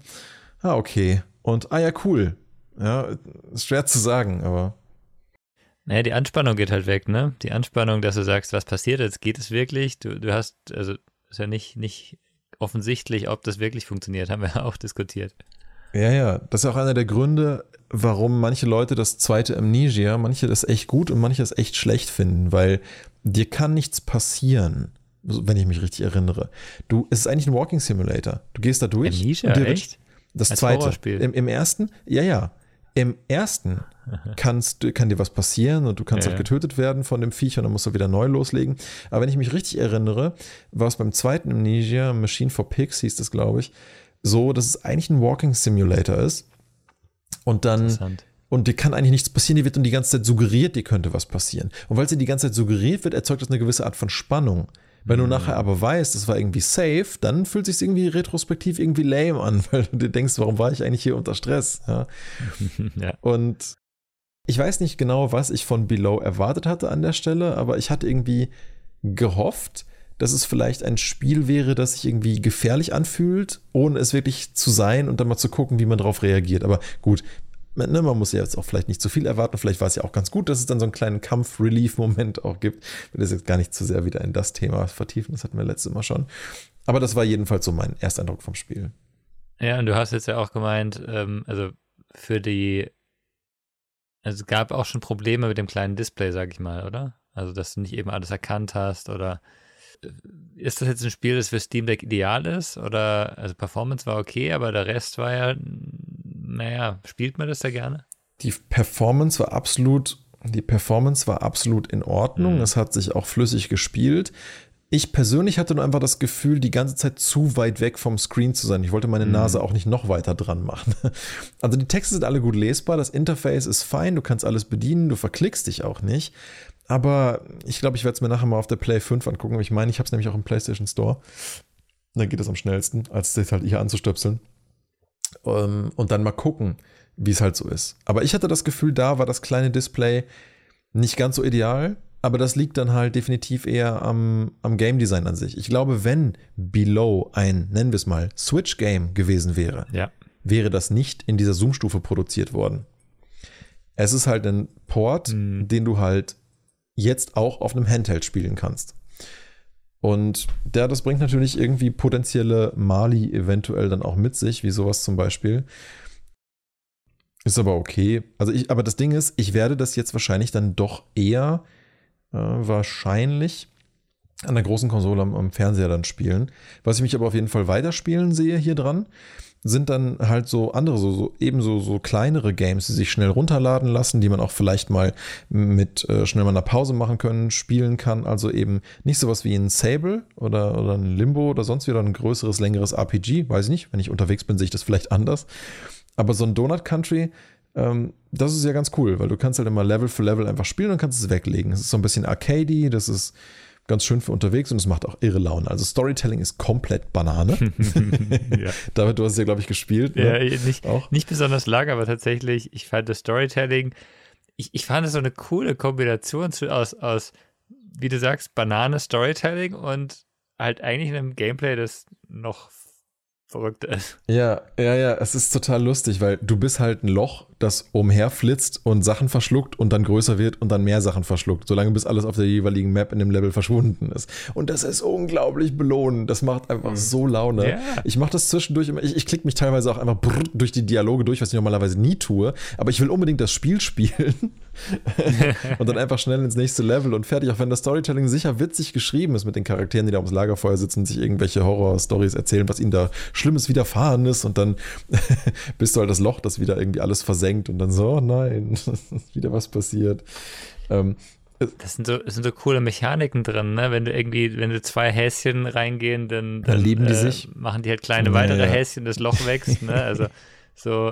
okay, und ja, cool. Ja, ist schwer zu sagen, aber. Naja, die Anspannung geht halt weg, ne? Die Anspannung, dass du sagst, was passiert jetzt? Geht es wirklich? Du hast, also ist ja nicht offensichtlich, ob das wirklich funktioniert, haben wir ja auch diskutiert. Ja, das ist auch einer der Gründe, warum manche Leute das zweite Amnesia, manche das echt gut und manche das echt schlecht finden, weil dir kann nichts passieren, wenn ich mich richtig erinnere. Es ist eigentlich ein Walking Simulator. Du gehst da durch. Amnesia, und echt? Das als zweite. Horrorspiel. Im ersten, ja. Im ersten kann dir was passieren und du kannst halt getötet werden von dem Viech und dann musst du wieder neu loslegen. Aber wenn ich mich richtig erinnere, war es beim zweiten Amnesia, Machine for Pigs hieß das, glaube ich, so, dass es eigentlich ein Walking Simulator ist. Und dir kann eigentlich nichts passieren, dir wird dann die ganze Zeit suggeriert, dir könnte was passieren. Und weil es dir die ganze Zeit suggeriert wird, erzeugt das eine gewisse Art von Spannung. Wenn du nachher aber weißt, das war irgendwie safe, dann fühlt es sich irgendwie retrospektiv irgendwie lame an, weil du dir denkst, warum war ich eigentlich hier unter Stress? Ja. Und ich weiß nicht genau, was ich von Below erwartet hatte an der Stelle, aber ich hatte irgendwie gehofft, dass es vielleicht ein Spiel wäre, das sich irgendwie gefährlich anfühlt, ohne es wirklich zu sein und dann mal zu gucken, wie man darauf reagiert. Aber gut, man muss ja jetzt auch vielleicht nicht zu viel erwarten. Vielleicht war es ja auch ganz gut, dass es dann so einen kleinen Kampf-Relief-Moment auch gibt. Ich will das jetzt gar nicht zu sehr wieder in das Thema vertiefen, das hatten wir letztes Mal schon. Aber das war jedenfalls so mein Ersteindruck vom Spiel. Ja, und du hast jetzt ja auch gemeint, also es gab auch schon Probleme mit dem kleinen Display, sag ich mal, oder? Also, dass du nicht eben alles erkannt hast oder ist das jetzt ein Spiel, das für Steam Deck ideal ist? Oder, also Performance war okay, aber der Rest war ja, naja, spielt man das da gerne? Die Performance war absolut in Ordnung. Es hat sich auch flüssig gespielt. Ich persönlich hatte nur einfach das Gefühl, die ganze Zeit zu weit weg vom Screen zu sein. Ich wollte meine Nase auch nicht noch weiter dran machen. Also die Texte sind alle gut lesbar, das Interface ist fein, du kannst alles bedienen, du verklickst dich auch nicht. Aber ich glaube, ich werde es mir nachher mal auf der Play 5 angucken. Ich meine, ich habe es nämlich auch im PlayStation Store. Da geht es am schnellsten, als das halt hier anzustöpseln. Und dann mal gucken, wie es halt so ist. Aber ich hatte das Gefühl, da war das kleine Display nicht ganz so ideal. Aber das liegt dann halt definitiv eher am Game Design an sich. Ich glaube, wenn Below ein, nennen wir es mal, Switch-Game gewesen wäre, wäre das nicht in dieser Zoom-Stufe produziert worden. Es ist halt ein Port, den du halt jetzt auch auf einem Handheld spielen kannst. Und das bringt natürlich irgendwie potenzielle Mali eventuell dann auch mit sich, wie sowas zum Beispiel. Ist aber okay. Aber das Ding ist, ich werde das jetzt wahrscheinlich dann doch eher wahrscheinlich an der großen Konsole am Fernseher dann spielen. Was ich mich aber auf jeden Fall weiterspielen sehe hier dran, sind dann halt so andere, so kleinere Games, die sich schnell runterladen lassen, die man auch vielleicht mal mit schnell mal einer Pause machen können, spielen kann. Also eben nicht sowas wie ein Sable oder ein Limbo oder sonst wieder ein größeres, längeres RPG. Weiß ich nicht, wenn ich unterwegs bin, sehe ich das vielleicht anders. Aber so ein Donut Country, das ist ja ganz cool, weil du kannst halt immer Level für Level einfach spielen und kannst es weglegen. Es ist so ein bisschen arcadey, das ist ganz schön für unterwegs und es macht auch irre Laune. Also Storytelling ist komplett Banane. Ja. David, du hast es ja, glaube ich, gespielt. Ne? Ja, nicht besonders lang, aber tatsächlich, ich fand das Storytelling, ich fand es so eine coole Kombination aus, wie du sagst, Banane Storytelling und halt eigentlich einem Gameplay, das noch verrückt ist. Ja, es ist total lustig, weil du bist halt ein Loch, das umherflitzt und Sachen verschluckt und dann größer wird und dann mehr Sachen verschluckt, solange bis alles auf der jeweiligen Map in dem Level verschwunden ist. Und das ist unglaublich belohnend. Das macht einfach so Laune. Yeah. Ich mache das zwischendurch immer, ich klicke mich teilweise auch einfach durch die Dialoge durch, was ich normalerweise nie tue, aber ich will unbedingt das Spiel spielen und dann einfach schnell ins nächste Level und fertig, auch wenn das Storytelling sicher witzig geschrieben ist mit den Charakteren, die da ums Lagerfeuer sitzen und sich irgendwelche Horror-Stories erzählen, was ihnen da Schlimmes widerfahren ist und dann bist du halt das Loch, das wieder irgendwie alles versenkt und dann so, oh nein, ist wieder was passiert. Das sind so coole Mechaniken drin, ne? Wenn du 2 Häschen reingehen, dann lieben die sich. Machen die halt kleine weitere Häschen, das Loch wächst, ne? Also so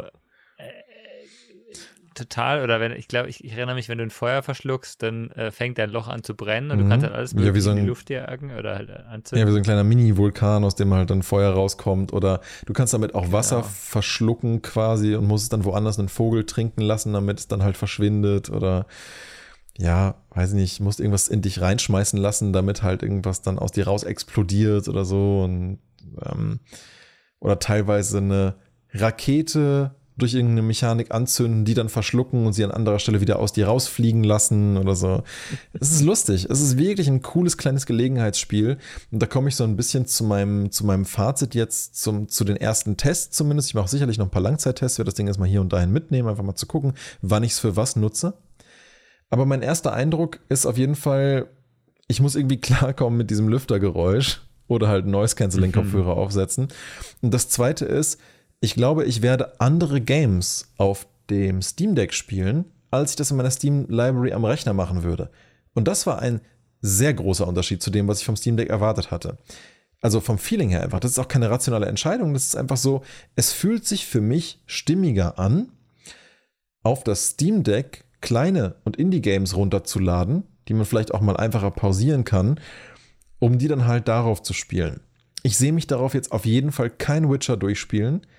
total, oder ich erinnere mich, wenn du ein Feuer verschluckst, dann fängt dein Loch an zu brennen und du kannst halt alles mögliche in die Luft jagen oder halt anzünden. Ja, wie so ein kleiner Mini-Vulkan, aus dem halt dann Feuer rauskommt, oder du kannst damit auch Wasser verschlucken quasi und musst es dann woanders einen Vogel trinken lassen, damit es dann halt verschwindet, oder ja, weiß nicht, musst irgendwas in dich reinschmeißen lassen, damit halt irgendwas dann aus dir raus explodiert oder so, und oder teilweise eine Rakete durch irgendeine Mechanik anzünden, die dann verschlucken und sie an anderer Stelle wieder aus dir rausfliegen lassen oder so. Es ist lustig. Es ist wirklich ein cooles kleines Gelegenheitsspiel. Und da komme ich so ein bisschen zu meinem Fazit jetzt, zu den ersten Tests zumindest. Ich mache sicherlich noch ein paar Langzeittests, werde das Ding erstmal hier und dahin mitnehmen, einfach mal zu gucken, wann ich es für was nutze. Aber mein erster Eindruck ist auf jeden Fall, ich muss irgendwie klarkommen mit diesem Lüftergeräusch oder halt Noise-Canceling-Kopfhörer aufsetzen. Und das zweite ist, ich glaube, ich werde andere Games auf dem Steam Deck spielen, als ich das in meiner Steam Library am Rechner machen würde. Und das war ein sehr großer Unterschied zu dem, was ich vom Steam Deck erwartet hatte. Also vom Feeling her einfach. Das ist auch keine rationale Entscheidung. Das ist einfach so, es fühlt sich für mich stimmiger an, auf das Steam Deck kleine und Indie-Games runterzuladen, die man vielleicht auch mal einfacher pausieren kann, um die dann halt darauf zu spielen. Ich sehe mich darauf jetzt auf jeden Fall kein Witcher durchspielen.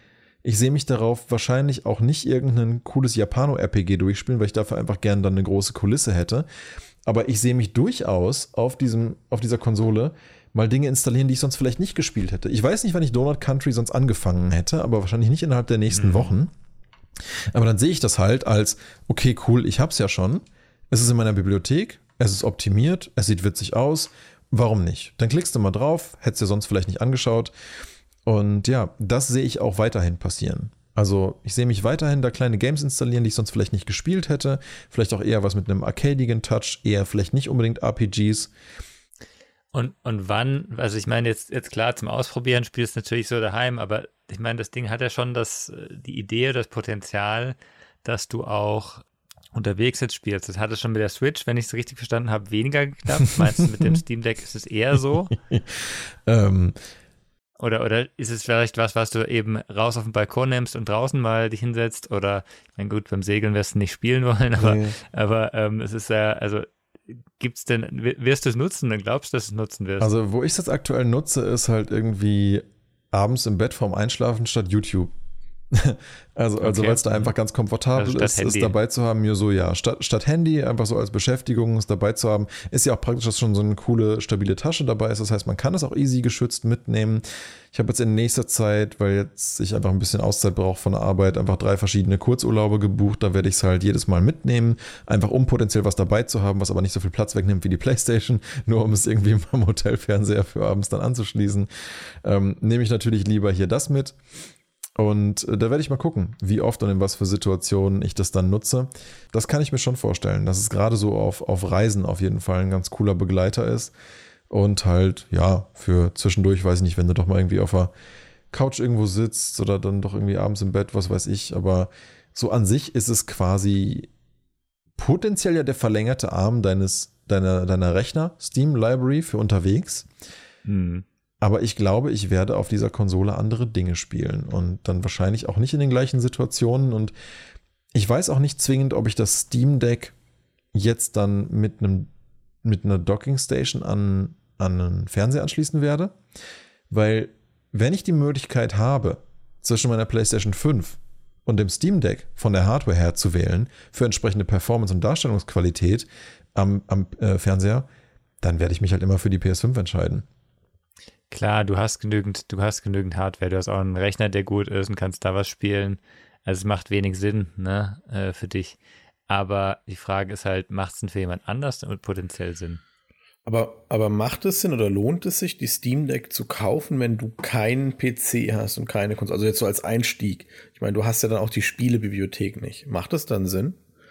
Ich sehe mich darauf wahrscheinlich auch nicht irgendein cooles Japano-RPG durchspielen, weil ich dafür einfach gerne dann eine große Kulisse hätte. Aber ich sehe mich durchaus auf dieser Konsole mal Dinge installieren, die ich sonst vielleicht nicht gespielt hätte. Ich weiß nicht, wann ich Donut Country sonst angefangen hätte, aber wahrscheinlich nicht innerhalb der nächsten Wochen. Aber dann sehe ich das halt als, okay, cool, ich hab's ja schon. Es ist in meiner Bibliothek, es ist optimiert, es sieht witzig aus. Warum nicht? Dann klickst du mal drauf, hättest dir sonst vielleicht nicht angeschaut. Und ja, das sehe ich auch weiterhin passieren. Also ich sehe mich weiterhin da kleine Games installieren, die ich sonst vielleicht nicht gespielt hätte. Vielleicht auch eher was mit einem arcadigen Touch, eher vielleicht nicht unbedingt RPGs. Und wann, also ich meine jetzt klar, zum Ausprobieren spielst du natürlich so daheim, aber ich meine, das Ding hat ja schon die Idee, das Potenzial, dass du auch unterwegs jetzt spielst. Das hat es schon mit der Switch, wenn ich es richtig verstanden habe, weniger geklappt. Meinst du, mit dem Steam Deck ist es eher so? Oder ist es vielleicht was du eben raus auf den Balkon nimmst und draußen mal dich hinsetzt? Oder, ich meine, gut, beim Segeln wirst du nicht spielen wollen, aber es ist ja, also gibt's denn, wirst du es nutzen und glaubst du, dass du es nutzen wirst? Also, wo ich es jetzt aktuell nutze, ist halt irgendwie abends im Bett vorm Einschlafen statt YouTube. Also weil es da einfach ganz komfortabel ist, es dabei zu haben, statt Handy, einfach so als Beschäftigung es dabei zu haben, ist ja auch praktisch, dass schon so eine coole, stabile Tasche dabei ist, das heißt, man kann es auch easy geschützt mitnehmen. Ich habe jetzt in nächster Zeit, weil jetzt ich einfach ein bisschen Auszeit brauche von der Arbeit, einfach 3 verschiedene Kurzurlaube gebucht, da werde ich es halt jedes Mal mitnehmen, einfach um potenziell was dabei zu haben, was aber nicht so viel Platz wegnimmt wie die Playstation, nur um es irgendwie am Hotelfernseher für abends dann anzuschließen. Nehme ich natürlich lieber hier das mit. Und da werde ich mal gucken, wie oft und in was für Situationen ich das dann nutze. Das kann ich mir schon vorstellen, dass es gerade so auf Reisen auf jeden Fall ein ganz cooler Begleiter ist. Und halt, ja, für zwischendurch, weiß ich nicht, wenn du doch mal irgendwie auf der Couch irgendwo sitzt oder dann doch irgendwie abends im Bett, was weiß ich. Aber so an sich ist es quasi potenziell ja der verlängerte Arm deiner Rechner, Steam Library für unterwegs. Aber ich glaube, ich werde auf dieser Konsole andere Dinge spielen und dann wahrscheinlich auch nicht in den gleichen Situationen. Und ich weiß auch nicht zwingend, ob ich das Steam Deck jetzt dann mit einer Docking Station an einen Fernseher anschließen werde. Weil wenn ich die Möglichkeit habe, zwischen meiner PlayStation 5 und dem Steam Deck von der Hardware her zu wählen, für entsprechende Performance und Darstellungsqualität am Fernseher, dann werde ich mich halt immer für die PS5 entscheiden. Klar, du hast genügend Hardware, du hast auch einen Rechner, der gut ist und kannst da was spielen. Also es macht wenig Sinn, ne, für dich. Aber die Frage ist halt, macht es denn für jemand anders mit potenziell Sinn? Aber macht es Sinn oder lohnt es sich, die Steam Deck zu kaufen, wenn du keinen PC hast und keine Konsole? Also jetzt so als Einstieg. Ich meine, du hast ja dann auch die Spielebibliothek nicht. Macht es dann Sinn?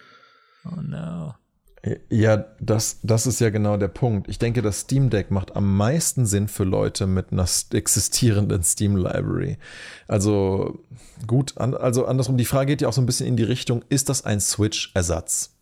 Oh no. Ja, das ist ja genau der Punkt. Ich denke, das Steam Deck macht am meisten Sinn für Leute mit einer existierenden Steam Library. Also gut, also andersrum, die Frage geht ja auch so ein bisschen in die Richtung, ist das ein Switch-Ersatz?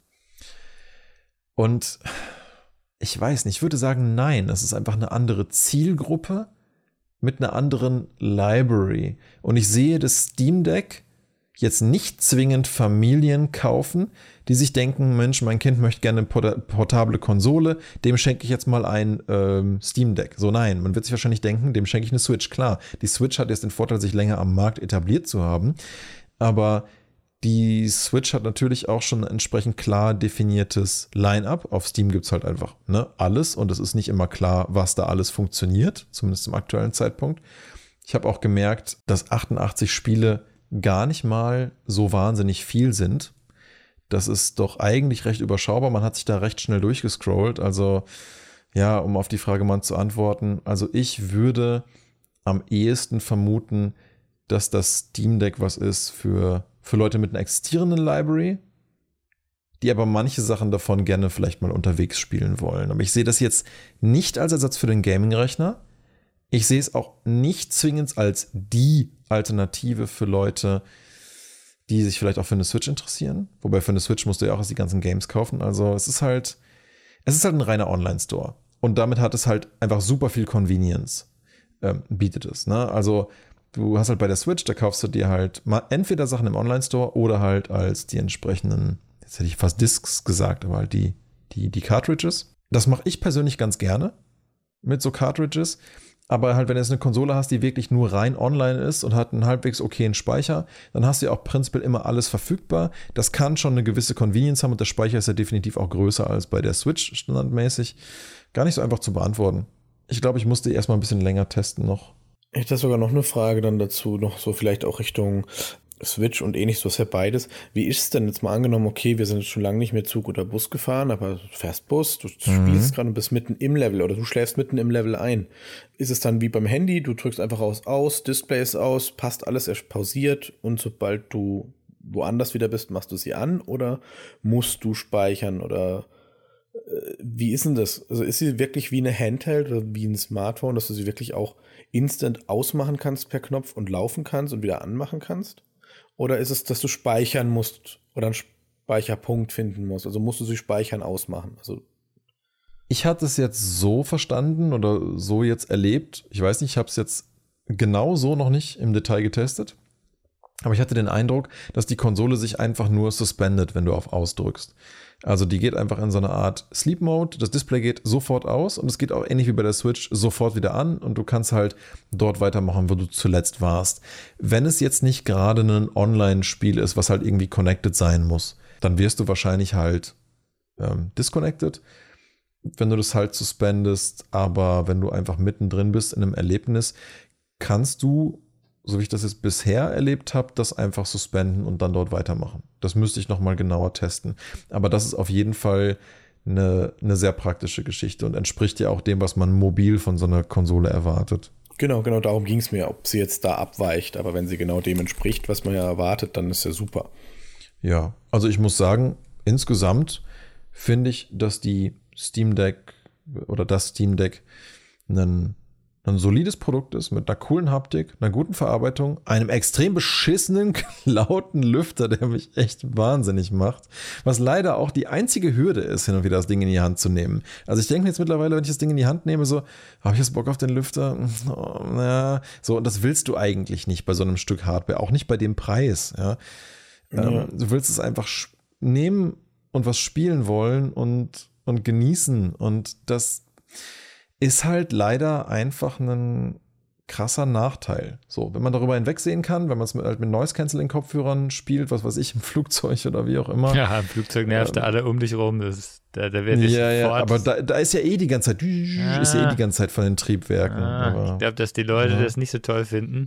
Und ich weiß nicht, ich würde sagen, nein, es ist einfach eine andere Zielgruppe mit einer anderen Library. Und ich sehe das Steam Deck jetzt nicht zwingend Familien kaufen, die sich denken, Mensch, mein Kind möchte gerne eine portable Konsole, dem schenke ich jetzt mal ein Steam Deck. So nein, man wird sich wahrscheinlich denken, dem schenke ich eine Switch. Klar, die Switch hat jetzt den Vorteil, sich länger am Markt etabliert zu haben, aber die Switch hat natürlich auch schon ein entsprechend klar definiertes Line-Up. Auf Steam gibt es halt einfach alles und es ist nicht immer klar, was da alles funktioniert, zumindest zum aktuellen Zeitpunkt. Ich habe auch gemerkt, dass 88 Spiele gar nicht mal so wahnsinnig viel sind. Das ist doch eigentlich recht überschaubar. Man hat sich da recht schnell durchgescrollt. Also ja, um auf die Frage mal zu antworten. Also ich würde am ehesten vermuten, dass das Steam Deck was ist für Leute mit einer existierenden Library, die aber manche Sachen davon gerne vielleicht mal unterwegs spielen wollen. Aber ich sehe das jetzt nicht als Ersatz für den Gaming-Rechner. Ich sehe es auch nicht zwingend als die Alternative für Leute, die sich vielleicht auch für eine Switch interessieren. Wobei für eine Switch musst du ja auch erst die ganzen Games kaufen. Also es ist halt ein reiner Online-Store. Und damit hat es halt einfach super viel Convenience, bietet es. Ne? Also du hast halt bei der Switch, da kaufst du dir halt mal entweder Sachen im Online-Store oder halt als die entsprechenden, jetzt hätte ich fast Discs gesagt, aber halt die Cartridges. Das mache ich persönlich ganz gerne mit so Cartridges. Aber halt, wenn du jetzt eine Konsole hast, die wirklich nur rein online ist und hat einen halbwegs okayen Speicher, dann hast du ja auch prinzipiell immer alles verfügbar. Das kann schon eine gewisse Convenience haben und der Speicher ist ja definitiv auch größer als bei der Switch standardmäßig. Gar nicht so einfach zu beantworten. Ich glaube, ich musste erstmal ein bisschen länger testen noch. Ich hätte sogar noch eine Frage dann dazu, noch so vielleicht auch Richtung Switch und ähnliches, du hast ja beides. Wie ist es denn jetzt mal angenommen, okay, wir sind jetzt schon lange nicht mehr Zug oder Bus gefahren, aber du fährst Bus, du spielst gerade und bist mitten im Level oder du schläfst mitten im Level ein. Ist es dann wie beim Handy, du drückst einfach aus, Display ist aus, passt alles, er pausiert und sobald du woanders wieder bist, machst du sie an oder musst du speichern oder wie ist denn das? Also ist sie wirklich wie eine Handheld oder wie ein Smartphone, dass du sie wirklich auch instant ausmachen kannst per Knopf und laufen kannst und wieder anmachen kannst? Oder ist es, dass du speichern musst oder einen Speicherpunkt finden musst? Also musst du sie speichern ausmachen? Also ich hatte es jetzt so verstanden oder so jetzt erlebt. Ich weiß nicht, ich habe es jetzt genau so noch nicht im Detail getestet. Aber ich hatte den Eindruck, dass die Konsole sich einfach nur suspendet, wenn du auf Aus drückst. Also die geht einfach in so eine Art Sleep Mode, das Display geht sofort aus und es geht auch ähnlich wie bei der Switch sofort wieder an und du kannst halt dort weitermachen, wo du zuletzt warst. Wenn es jetzt nicht gerade ein Online-Spiel ist, was halt irgendwie connected sein muss, dann wirst du wahrscheinlich halt disconnected, wenn du das halt suspendest, aber wenn du einfach mittendrin bist in einem Erlebnis, kannst du, so wie ich das jetzt bisher erlebt habe, das einfach suspenden und dann dort weitermachen. Das müsste ich nochmal genauer testen. Aber das ist auf jeden Fall eine sehr praktische Geschichte und entspricht ja auch dem, was man mobil von so einer Konsole erwartet. Genau, darum ging es mir, ob sie jetzt da abweicht. Aber wenn sie genau dem entspricht, was man ja erwartet, dann ist ja super. Ja, also ich muss sagen, insgesamt finde ich, dass die Steam Deck oder das Steam Deck ein solides Produkt ist mit einer coolen Haptik, einer guten Verarbeitung, einem extrem beschissenen, lauten Lüfter, der mich echt wahnsinnig macht, was leider auch die einzige Hürde ist, hin und wieder das Ding in die Hand zu nehmen. Also ich denke mir jetzt mittlerweile, wenn ich das Ding in die Hand nehme, so, habe ich jetzt Bock auf den Lüfter? Oh, na, so, und das willst du eigentlich nicht bei so einem Stück Hardware, auch nicht bei dem Preis. Ja. Du willst es einfach nehmen und was spielen wollen und genießen und das ist halt leider einfach ein krasser Nachteil. So, wenn man darüber hinwegsehen kann, wenn man es mit Noise-Canceling-Kopfhörern spielt, was weiß ich, im Flugzeug oder wie auch immer. Ja, im Flugzeug nervt alle um dich rum. Da werde ich ja, aber da ist ja die ganze Zeit, ist ja die ganze Zeit von den Triebwerken. Ich glaube, dass die Leute das nicht so toll finden.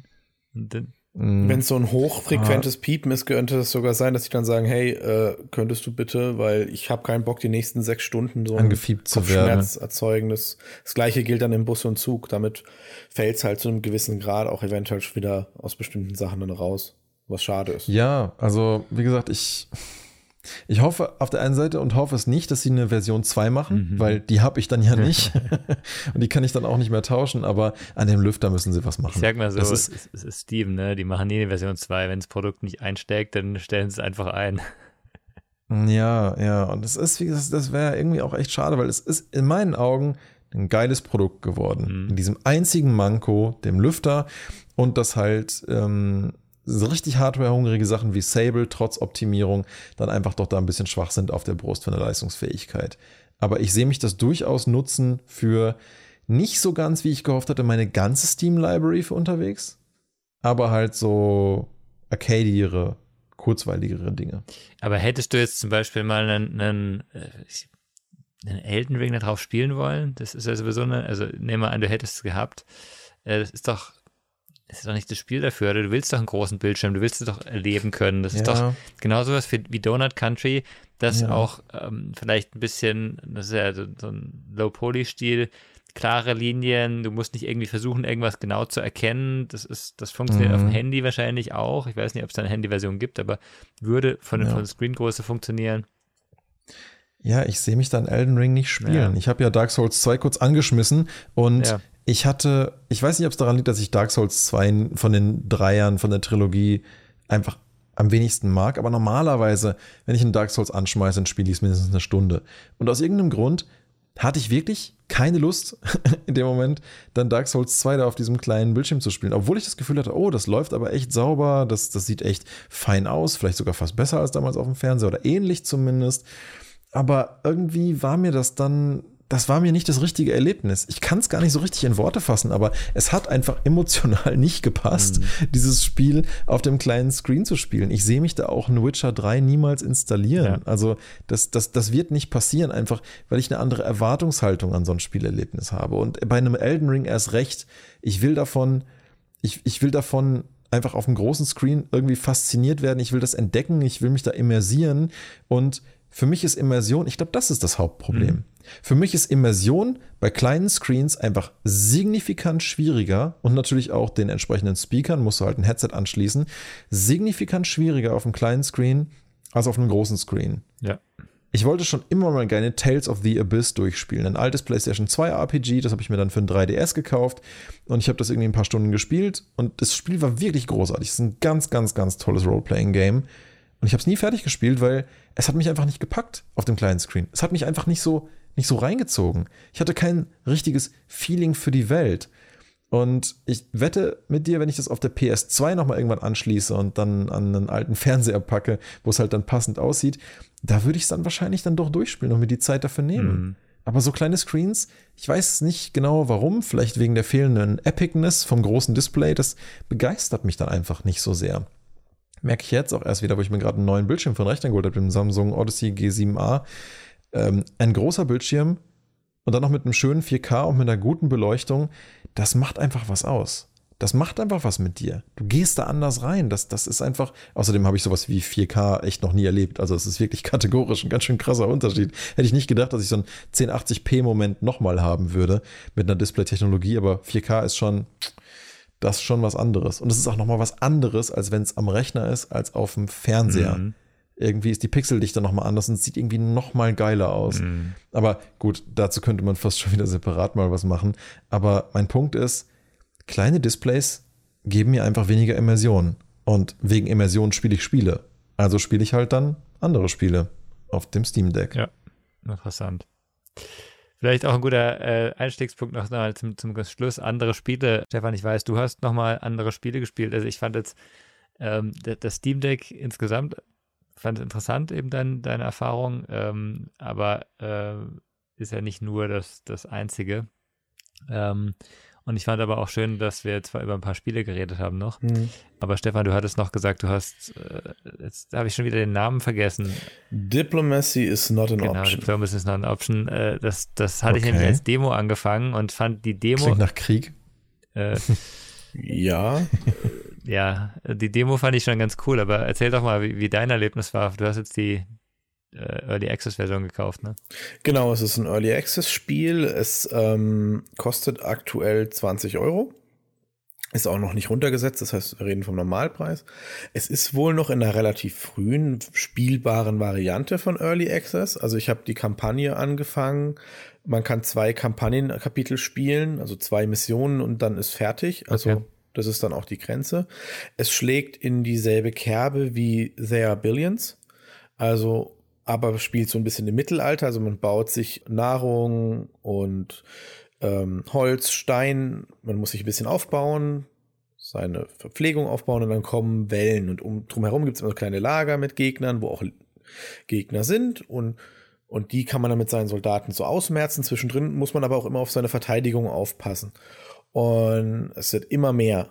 Wenn es so ein hochfrequentes Piepen ist, könnte es sogar sein, dass sie dann sagen, hey, könntest du bitte, weil ich habe keinen Bock, die nächsten 6 Stunden so angefiebt zu werden. Schmerz erzeugen. Das Gleiche gilt dann im Bus und Zug. Damit fällt es halt zu einem gewissen Grad auch eventuell schon wieder aus bestimmten Sachen dann raus, was schade ist. Ja, also wie gesagt, ich hoffe auf der einen Seite und hoffe es nicht, dass sie eine Version 2 machen, weil die habe ich dann ja nicht und die kann ich dann auch nicht mehr tauschen, aber an dem Lüfter müssen sie was machen. Ich sag mal so, es ist Steam, ne? Die machen nie eine Version 2, wenn das Produkt nicht einsteckt, dann stellen sie es einfach ein. Ja, und es ist, wie gesagt, das wäre irgendwie auch echt schade, weil es ist in meinen Augen ein geiles Produkt geworden. In diesem einzigen Manko, dem Lüfter und das halt so richtig hardwarehungrige Sachen wie Sable trotz Optimierung dann einfach doch da ein bisschen schwach sind auf der Brust von der Leistungsfähigkeit. Aber ich sehe mich das durchaus nutzen für nicht so ganz, wie ich gehofft hatte, meine ganze Steam-Library für unterwegs, aber halt so arcadiere, kurzweiligere Dinge. Aber hättest du jetzt zum Beispiel mal einen Elden Ring da drauf spielen wollen? Das ist ja sowieso also nehmen wir an, du hättest es gehabt. Das ist doch nicht das Spiel dafür. Du willst doch einen großen Bildschirm, du willst es doch erleben können. Das ist doch genau sowas wie Donut Country, das auch vielleicht ein bisschen, das ist ja so ein Low-Poly-Stil, klare Linien, du musst nicht irgendwie versuchen, irgendwas genau zu erkennen. Das funktioniert auf dem Handy wahrscheinlich auch. Ich weiß nicht, ob es da eine Handy-Version gibt, aber würde von der Screengröße funktionieren. Ja, ich sehe mich dann Elden Ring nicht spielen. Ja. Ich habe ja Dark Souls 2 kurz angeschmissen und ich weiß nicht, ob es daran liegt, dass ich Dark Souls 2 von den Dreiern von der Trilogie einfach am wenigsten mag, aber normalerweise, wenn ich einen Dark Souls anschmeiße, dann spiele ich es mindestens eine Stunde. Und aus irgendeinem Grund hatte ich wirklich keine Lust in dem Moment, dann Dark Souls 2 da auf diesem kleinen Bildschirm zu spielen, obwohl ich das Gefühl hatte, oh, das läuft aber echt sauber, das sieht echt fein aus, vielleicht sogar fast besser als damals auf dem Fernseher oder ähnlich zumindest. Aber irgendwie war mir das dann das war mir nicht das richtige Erlebnis. Ich kann es gar nicht so richtig in Worte fassen, aber es hat einfach emotional nicht gepasst, dieses Spiel auf dem kleinen Screen zu spielen. Ich sehe mich da auch in Witcher 3 niemals installieren. Ja. Also das wird nicht passieren, einfach weil ich eine andere Erwartungshaltung an so ein Spielerlebnis habe. Und bei einem Elden Ring erst recht, ich will davon einfach auf dem großen Screen irgendwie fasziniert werden. Ich will das entdecken, ich will mich da immersieren. Und für mich ist Immersion, ich glaube, das ist das Hauptproblem. Für mich ist Immersion bei kleinen Screens einfach signifikant schwieriger und natürlich auch den entsprechenden Speakern, musst du halt ein Headset anschließen, signifikant schwieriger auf einem kleinen Screen als auf einem großen Screen. Ja. Ich wollte schon immer mal gerne Tales of the Abyss durchspielen. Ein altes PlayStation 2 RPG, das habe ich mir dann für ein 3DS gekauft und ich habe das irgendwie ein paar Stunden gespielt und das Spiel war wirklich großartig. Es ist ein ganz, ganz, ganz tolles Role-Playing-Game und ich habe es nie fertig gespielt, weil es hat mich einfach nicht gepackt auf dem kleinen Screen. Es hat mich einfach nicht so reingezogen. Ich hatte kein richtiges Feeling für die Welt. Und ich wette mit dir, wenn ich das auf der PS2 nochmal irgendwann anschließe und dann an einen alten Fernseher packe, wo es halt dann passend aussieht, da würde ich es dann wahrscheinlich dann doch durchspielen und mir die Zeit dafür nehmen. Aber so kleine Screens, ich weiß nicht genau warum, vielleicht wegen der fehlenden Epicness vom großen Display, das begeistert mich dann einfach nicht so sehr. Merke ich jetzt auch erst wieder, wo ich mir gerade einen neuen Bildschirm von Rechner geholt habe, dem Samsung Odyssey G7a. Ein großer Bildschirm und dann noch mit einem schönen 4K und mit einer guten Beleuchtung, das macht einfach was aus. Das macht einfach was mit dir. Du gehst da anders rein. Das ist einfach, außerdem habe ich sowas wie 4K echt noch nie erlebt. Also es ist wirklich kategorisch ein ganz schön krasser Unterschied. Hätte ich nicht gedacht, dass ich so einen 1080p-Moment nochmal haben würde mit einer Display-Technologie, aber 4K ist schon, das ist schon was anderes. Und es ist auch nochmal was anderes, als wenn es am Rechner ist, als auf dem Fernseher. Irgendwie ist die Pixeldichte nochmal anders und es sieht irgendwie nochmal geiler aus. Aber gut, dazu könnte man fast schon wieder separat mal was machen. Aber mein Punkt ist, kleine Displays geben mir einfach weniger Immersion. Und wegen Immersion spiele ich Spiele. Also spiele ich halt dann andere Spiele auf dem Steam Deck. Ja, interessant. Vielleicht auch ein guter Einstiegspunkt noch zum Schluss. Andere Spiele. Stefan, ich weiß, du hast nochmal andere Spiele gespielt. Also ich fand jetzt das Steam Deck insgesamt fand es interessant, eben deine Erfahrung, aber ist ja nicht nur das Einzige. Und ich fand aber auch schön, dass wir zwar über ein paar Spiele geredet haben noch, aber Stefan, du hattest noch gesagt, du hast, jetzt habe ich schon wieder den Namen vergessen. Diplomacy is not an option. Genau, Diplomacy is not an option. Das hatte ich nämlich als Demo angefangen und fand die Demo... Klingt nach Krieg. Ja. Ja, die Demo fand ich schon ganz cool, aber erzähl doch mal, wie dein Erlebnis war. Du hast jetzt die Early Access Version gekauft, ne? Genau, es ist ein Early Access Spiel. Es kostet aktuell 20 €. Ist auch noch nicht runtergesetzt, das heißt, wir reden vom Normalpreis. Es ist wohl noch in einer relativ frühen, spielbaren Variante von Early Access. Also ich habe die Kampagne angefangen. Man kann 2 Kampagnenkapitel spielen, also 2 Missionen und dann ist fertig. Also das ist dann auch die Grenze. Es schlägt in dieselbe Kerbe wie There Are Billions. Also, aber spielt so ein bisschen im Mittelalter. Also man baut sich Nahrung und Holz, Stein. Man muss sich ein bisschen aufbauen, seine Verpflegung aufbauen und dann kommen Wellen. Und drumherum gibt es immer so kleine Lager mit Gegnern, wo auch Gegner sind und die kann man dann mit seinen Soldaten so ausmerzen. Zwischendrin muss man aber auch immer auf seine Verteidigung aufpassen. Und es werden immer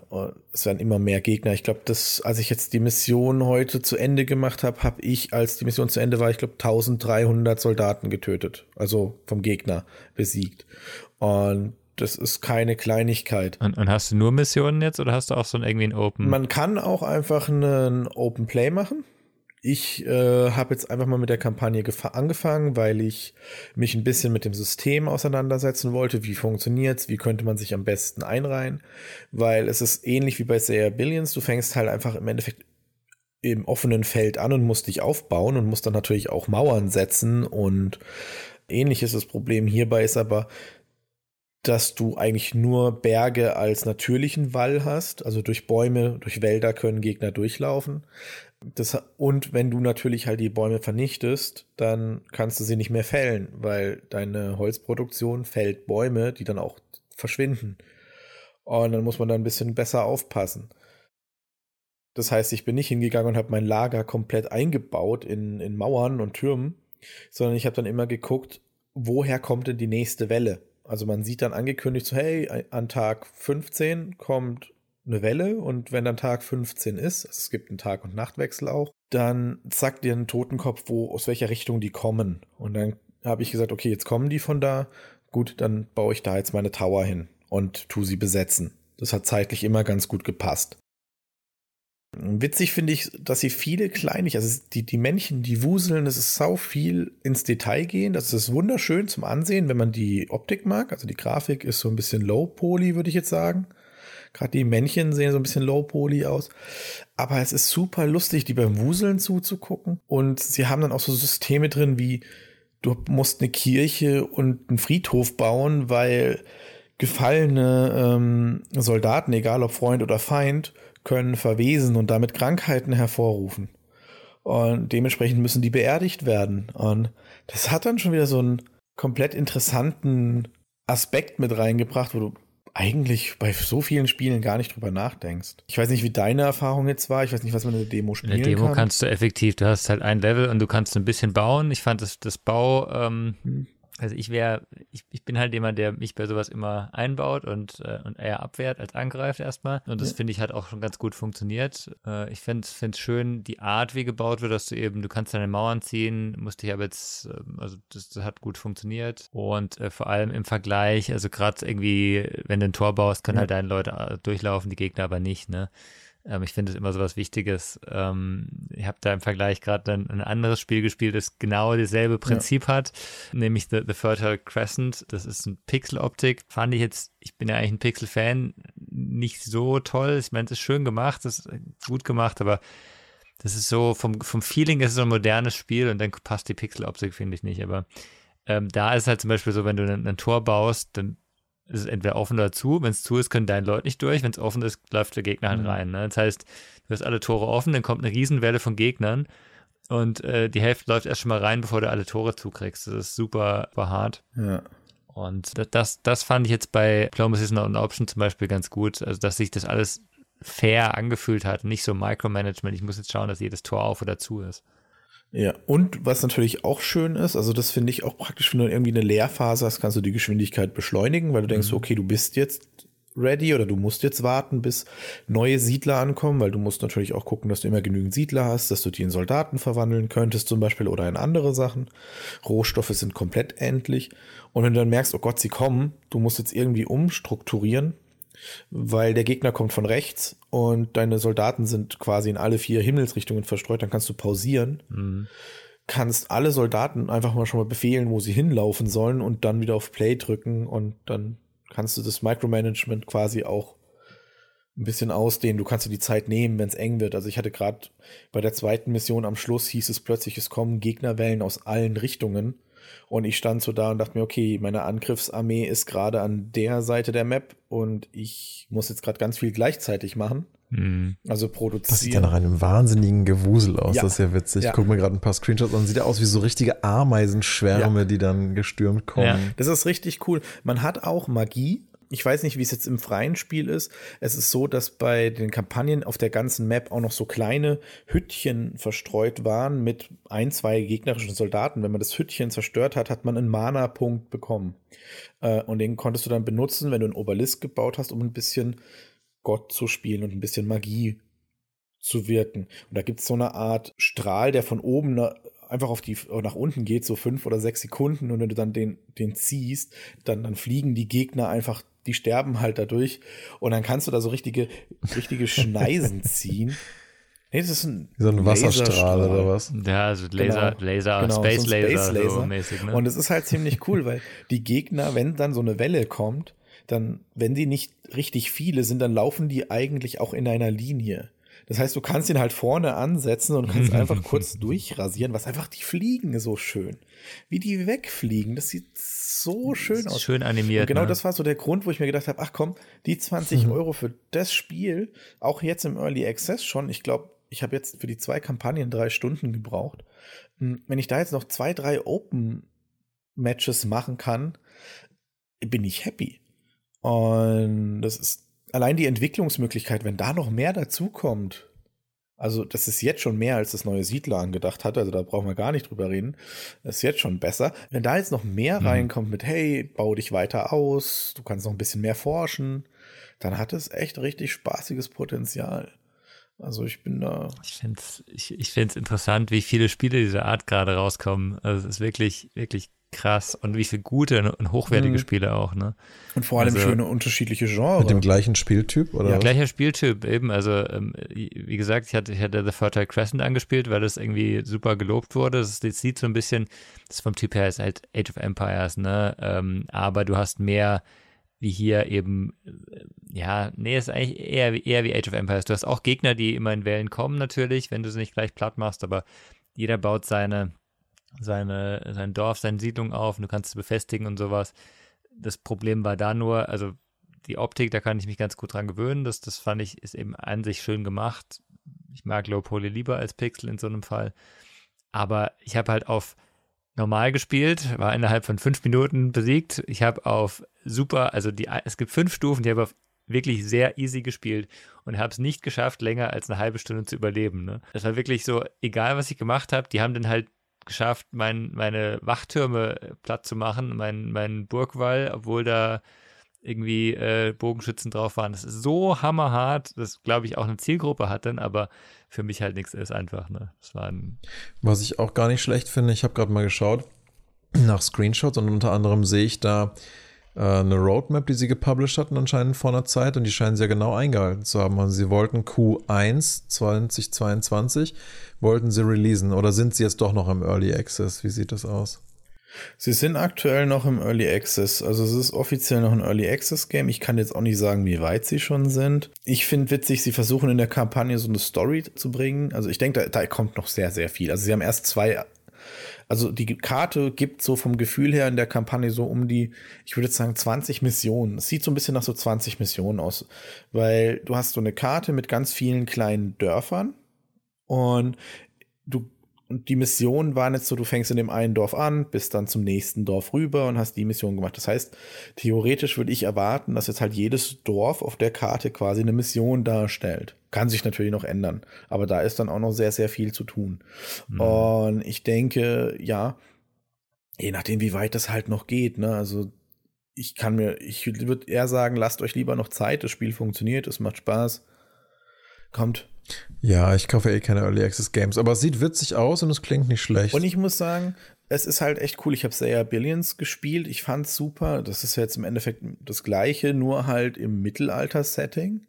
mehr Gegner. Ich glaube, als ich jetzt die Mission heute zu Ende gemacht habe, habe ich, als die Mission zu Ende war, ich glaube, 1300 Soldaten getötet. Also vom Gegner besiegt. Und das ist keine Kleinigkeit. Und hast du nur Missionen jetzt oder hast du auch so irgendwie ein Open? Man kann auch einfach einen Open Play machen. Ich habe jetzt einfach mal mit der Kampagne angefangen, weil ich mich ein bisschen mit dem System auseinandersetzen wollte. Wie funktioniert's? Wie könnte man sich am besten einreihen? Weil es ist ähnlich wie bei There Are Billions. Du fängst halt einfach im Endeffekt im offenen Feld an und musst dich aufbauen und musst dann natürlich auch Mauern setzen. Und ähnlich ist das Problem hierbei ist aber, dass du eigentlich nur Berge als natürlichen Wall hast. Also durch Bäume, durch Wälder können Gegner durchlaufen. Und wenn du natürlich halt die Bäume vernichtest, dann kannst du sie nicht mehr fällen, weil deine Holzproduktion fällt Bäume, die dann auch verschwinden. Und dann muss man da ein bisschen besser aufpassen. Das heißt, ich bin nicht hingegangen und habe mein Lager komplett eingebaut in Mauern und Türmen, sondern ich habe dann immer geguckt, woher kommt denn die nächste Welle? Also man sieht dann angekündigt so, hey, an Tag 15 kommt eine Welle und wenn dann Tag 15 ist, also es gibt einen Tag- und Nachtwechsel auch, dann sagt dir ein Totenkopf, aus welcher Richtung die kommen. Und dann habe ich gesagt, okay, jetzt kommen die von da, gut, dann baue ich da jetzt meine Tower hin und tu sie besetzen. Das hat zeitlich immer ganz gut gepasst. Witzig finde ich, dass sie viele Kleinigkeiten, also die Männchen, die wuseln, das ist sau viel ins Detail gehen. Das ist wunderschön zum Ansehen, wenn man die Optik mag. Also die Grafik ist so ein bisschen low-poly, würde ich jetzt sagen. Gerade die Männchen sehen so ein bisschen low-poly aus. Aber es ist super lustig, die beim Wuseln zuzugucken. Und sie haben dann auch so Systeme drin wie, du musst eine Kirche und einen Friedhof bauen, weil gefallene Soldaten, egal ob Freund oder Feind, können verwesen und damit Krankheiten hervorrufen. Und dementsprechend müssen die beerdigt werden. Und das hat dann schon wieder so einen komplett interessanten Aspekt mit reingebracht, wo du eigentlich bei so vielen Spielen gar nicht drüber nachdenkst. Ich weiß nicht, wie deine Erfahrung jetzt war. Ich weiß nicht, was man in der Demo spielen kann. In der Demo kannst du effektiv, du hast halt ein Level und du kannst ein bisschen bauen. Ich fand das Bau, also ich bin halt jemand, der mich bei sowas immer einbaut und eher abwehrt als angreift erstmal. Und das finde ich hat auch schon ganz gut funktioniert. Ich finde es schön, die Art, wie gebaut wird, dass du kannst deine Mauern ziehen, musst dich aber jetzt, also das hat gut funktioniert. Und vor allem im Vergleich, also gerade irgendwie, wenn du ein Tor baust, können halt deine Leute durchlaufen, die Gegner aber nicht, ne? Ich finde es immer so was Wichtiges. Ich habe da im Vergleich gerade ein anderes Spiel gespielt, das genau dasselbe Prinzip hat, nämlich The Fertile Crescent. Das ist eine Pixeloptik. Fand ich jetzt, ich bin ja eigentlich ein Pixel-Fan, nicht so toll. Ich meine, es ist schön gemacht, es ist gut gemacht, aber das ist so, vom Feeling ist es so ein modernes Spiel und dann passt die Pixeloptik, finde ich nicht. Aber da ist es halt zum Beispiel so, wenn du ein Tor baust, dann ist es entweder offen oder zu. Wenn es zu ist, können deine Leute nicht durch. Wenn es offen ist, läuft der Gegner halt rein. Ne? Das heißt, du hast alle Tore offen, dann kommt eine Riesenwelle von Gegnern und die Hälfte läuft erst schon mal rein, bevor du alle Tore zukriegst. Das ist super, super hart. Ja. Und das fand ich jetzt bei Diplomacy is not an Option zum Beispiel ganz gut. Also, dass sich das alles fair angefühlt hat. Nicht so Micromanagement. Ich muss jetzt schauen, dass jedes Tor auf oder zu ist. Ja, und was natürlich auch schön ist, also das finde ich auch praktisch, wenn du irgendwie eine Leerphase hast, kannst du die Geschwindigkeit beschleunigen, weil du denkst, okay, du bist jetzt ready oder du musst jetzt warten, bis neue Siedler ankommen, weil du musst natürlich auch gucken, dass du immer genügend Siedler hast, dass du die in Soldaten verwandeln könntest zum Beispiel oder in andere Sachen. Rohstoffe sind komplett endlich. Und wenn du dann merkst, oh Gott, sie kommen, du musst jetzt irgendwie umstrukturieren, weil der Gegner kommt von rechts und deine Soldaten sind quasi in alle 4 Himmelsrichtungen verstreut, dann kannst du pausieren, kannst alle Soldaten einfach mal schon mal befehlen, wo sie hinlaufen sollen und dann wieder auf Play drücken und dann kannst du das Micromanagement quasi auch ein bisschen ausdehnen. Du kannst dir die Zeit nehmen, wenn es eng wird. Also ich hatte gerade bei der zweiten Mission am Schluss hieß es plötzlich, es kommen Gegnerwellen aus allen Richtungen. Und ich stand so da und dachte mir, okay, meine Angriffsarmee ist gerade an der Seite der Map und ich muss jetzt gerade ganz viel gleichzeitig machen. Also produzieren. Das sieht ja nach einem wahnsinnigen Gewusel aus. Ja. Das ist ja witzig. Ja. Ich gucke mir gerade ein paar Screenshots an. Sieht ja aus wie so richtige Ameisenschwärme, die dann gestürmt kommen. Ja. Das ist richtig cool. Man hat auch Magie. Ich weiß nicht, wie es jetzt im freien Spiel ist. Es ist so, dass bei den Kampagnen auf der ganzen Map auch noch so kleine Hüttchen verstreut waren mit 1, 2 gegnerischen Soldaten. Wenn man das Hüttchen zerstört hat, hat man einen Mana-Punkt bekommen. Und den konntest du dann benutzen, wenn du einen Obelisk gebaut hast, um ein bisschen Gott zu spielen und ein bisschen Magie zu wirken. Und da gibt es so eine Art Strahl, der von oben einfach nach unten geht, so 5 oder 6 Sekunden. Und wenn du dann den ziehst, dann fliegen die Gegner einfach, die sterben halt dadurch. Und dann kannst du da so richtige Schneisen ziehen. Nee, das ist so ein Wasserstrahl oder was? Ja, also Laser, genau, Space so ein Laser so mäßig. Ne? Und es ist halt ziemlich cool, weil die Gegner, wenn dann so eine Welle kommt, dann, wenn die nicht richtig viele sind, dann laufen die eigentlich auch in einer Linie. Das heißt, du kannst ihn halt vorne ansetzen und kannst einfach kurz durchrasieren, was einfach die fliegen so schön. Wie die wegfliegen, das sieht so schön aus. Schön animiert. Und genau, ne? das war so der Grund, wo ich mir gedacht habe, ach komm, die 20 Euro für das Spiel, auch jetzt im Early Access schon, ich glaube, ich habe jetzt für die 2 Kampagnen 3 Stunden gebraucht. Wenn ich da jetzt noch 2, 3 Open Matches machen kann, bin ich happy. Und das ist allein die Entwicklungsmöglichkeit, wenn da noch mehr dazukommt, Also das ist jetzt schon mehr, als das neue Siedler angedacht hatte. Also da brauchen wir gar nicht drüber reden. Das ist jetzt schon besser. Wenn da jetzt noch mehr reinkommt mit, hey, bau dich weiter aus, du kannst noch ein bisschen mehr forschen, dann hat es echt richtig spaßiges Potenzial. Also ich bin da... Ich find's interessant, wie viele Spiele dieser Art gerade rauskommen. Also es ist wirklich, wirklich krass. Und wie viele gute und hochwertige Spiele auch, ne? Und vor allem schöne unterschiedliche Genres. Mit dem gleichen Spieltyp, oder? Ja, gleicher Spieltyp eben. Also wie gesagt, ich hatte The Fertile Crescent angespielt, weil das irgendwie super gelobt wurde. Das sieht so ein bisschen, das vom Typ her ist halt Age of Empires, ne? Aber du hast mehr wie hier eben, ist eigentlich eher wie Age of Empires. Du hast auch Gegner, die immer in Wellen kommen natürlich, wenn du sie nicht gleich platt machst, aber jeder baut sein Dorf, seine Siedlung auf und du kannst es befestigen und sowas. Das Problem war da nur, also die Optik, da kann ich mich ganz gut dran gewöhnen. Das fand ich, ist eben an sich schön gemacht. Ich mag Low Poly lieber als Pixel in so einem Fall. Aber ich habe halt auf normal gespielt, war innerhalb von 5 Minuten besiegt. Ich habe auf super, also es gibt 5 Stufen, die habe auf wirklich sehr easy gespielt und habe es nicht geschafft, länger als eine halbe Stunde zu überleben. Ne? Das war wirklich so, egal was ich gemacht habe, die haben dann halt geschafft, meine Wachtürme platt zu machen, meinen Burgwall, obwohl da irgendwie Bogenschützen drauf waren. Das ist so hammerhart, dass, glaube ich, auch eine Zielgruppe hat dann, aber für mich halt nichts ist einfach. Ne? Was ich auch gar nicht schlecht finde, ich habe gerade mal geschaut nach Screenshots und unter anderem sehe ich da eine Roadmap, die sie gepublished hatten anscheinend vor einer Zeit und die scheinen sie ja genau eingehalten zu haben. Also sie wollten Q1 2022, wollten sie releasen oder sind sie jetzt doch noch im Early Access? Wie sieht das aus? Sie sind aktuell noch im Early Access, also es ist offiziell noch ein Early Access Game. Ich kann jetzt auch nicht sagen, wie weit sie schon sind. Ich finde witzig, sie versuchen in der Kampagne so eine Story zu bringen. Also ich denke, da kommt noch sehr, sehr viel. Also sie haben erst 2, also die Karte gibt so vom Gefühl her in der Kampagne so um die, ich würde jetzt sagen 20 Missionen. Es sieht so ein bisschen nach so 20 Missionen aus, weil du hast so eine Karte mit ganz vielen kleinen Dörfern und die Missionen waren jetzt so, du fängst in dem einen Dorf an, bist dann zum nächsten Dorf rüber und hast die Mission gemacht. Das heißt, theoretisch würde ich erwarten, dass jetzt halt jedes Dorf auf der Karte quasi eine Mission darstellt. Kann sich natürlich noch ändern, aber da ist dann auch noch sehr, sehr viel zu tun. Und ich denke, ja, je nachdem, wie weit das halt noch geht, ne, also ich würde eher sagen, lasst euch lieber noch Zeit, das Spiel funktioniert, es macht Spaß. Kommt. Ja, ich kaufe keine Early Access Games, aber es sieht witzig aus und es klingt nicht schlecht. Und ich muss sagen, es ist halt echt cool. Ich habe Sayer Billions gespielt. Ich fand's super. Das ist jetzt im Endeffekt das Gleiche, nur halt im Mittelalter-Setting.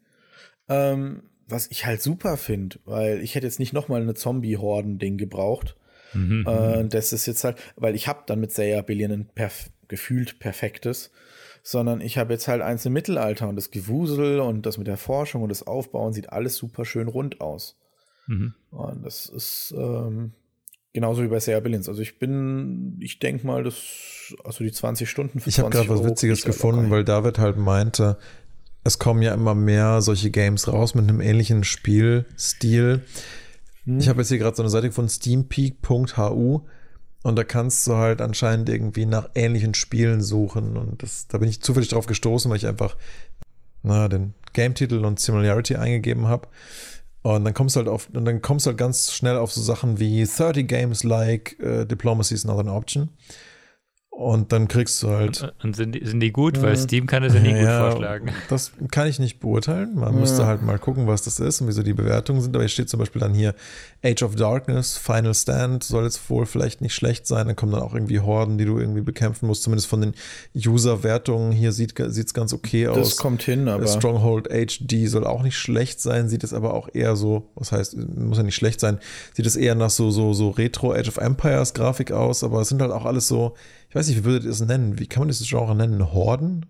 Was ich halt super finde, weil ich hätte jetzt nicht nochmal eine Zombie-Horden-Ding gebraucht. Das ist jetzt halt, weil ich habe dann mit Sayer Billion ein gefühlt perfektes, sondern ich habe jetzt halt eins im Mittelalter und das Gewusel und das mit der Forschung und das Aufbauen sieht alles super schön rund aus. Und das ist genauso wie bei Sayer Billions. Also ich denke mal, also die 20 Stunden für 20 Ich habe gerade was Witziges gefunden, weil David halt meinte, es kommen ja immer mehr solche Games raus mit einem ähnlichen Spielstil. Ich habe jetzt hier gerade so eine Seite von steampeak.hu und da kannst du halt anscheinend irgendwie nach ähnlichen Spielen suchen und da bin ich zufällig drauf gestoßen, weil ich einfach den Game-Titel und Similarity eingegeben habe. Und dann kommst du halt ganz schnell auf so Sachen wie 30 Games like Diplomacy is not an option. Und dann kriegst du halt. Und sind die gut? Weil Steam kann es ja nie gut vorschlagen. Das kann ich nicht beurteilen. Man müsste halt mal gucken, was das ist und wieso die Bewertungen sind. Aber hier steht zum Beispiel dann hier Age of Darkness, Final Stand, soll jetzt wohl vielleicht nicht schlecht sein. Dann kommen dann auch irgendwie Horden, die du irgendwie bekämpfen musst. Zumindest von den User-Wertungen hier sieht's ganz okay aus. Das kommt hin, aber. Stronghold HD soll auch nicht schlecht sein, sieht es aber auch eher so, was heißt, muss ja nicht schlecht sein, sieht es eher nach so Retro Age of Empires Grafik aus, aber es sind halt auch alles so, ich weiß nicht, wie würdet ihr das nennen? Wie kann man dieses Genre nennen? Horden?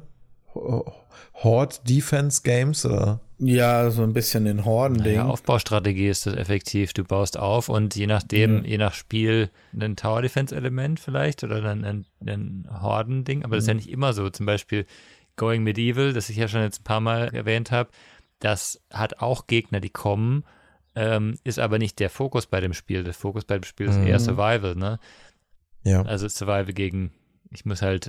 Horde-Defense-Games? Oder? Ja, so ein bisschen in Horden-Ding. Ja, Aufbaustrategie ist das effektiv. Du baust auf und je nach Spiel ein Tower-Defense-Element vielleicht oder dann ein Horden-Ding. Aber das ist ja nicht immer so. Zum Beispiel Going Medieval, das ich ja schon jetzt ein paar Mal erwähnt habe, das hat auch Gegner, die kommen, ist aber nicht der Fokus bei dem Spiel. Der Fokus bei dem Spiel ist eher Survival, ne? Ja. Also Survival gegen Ich muss halt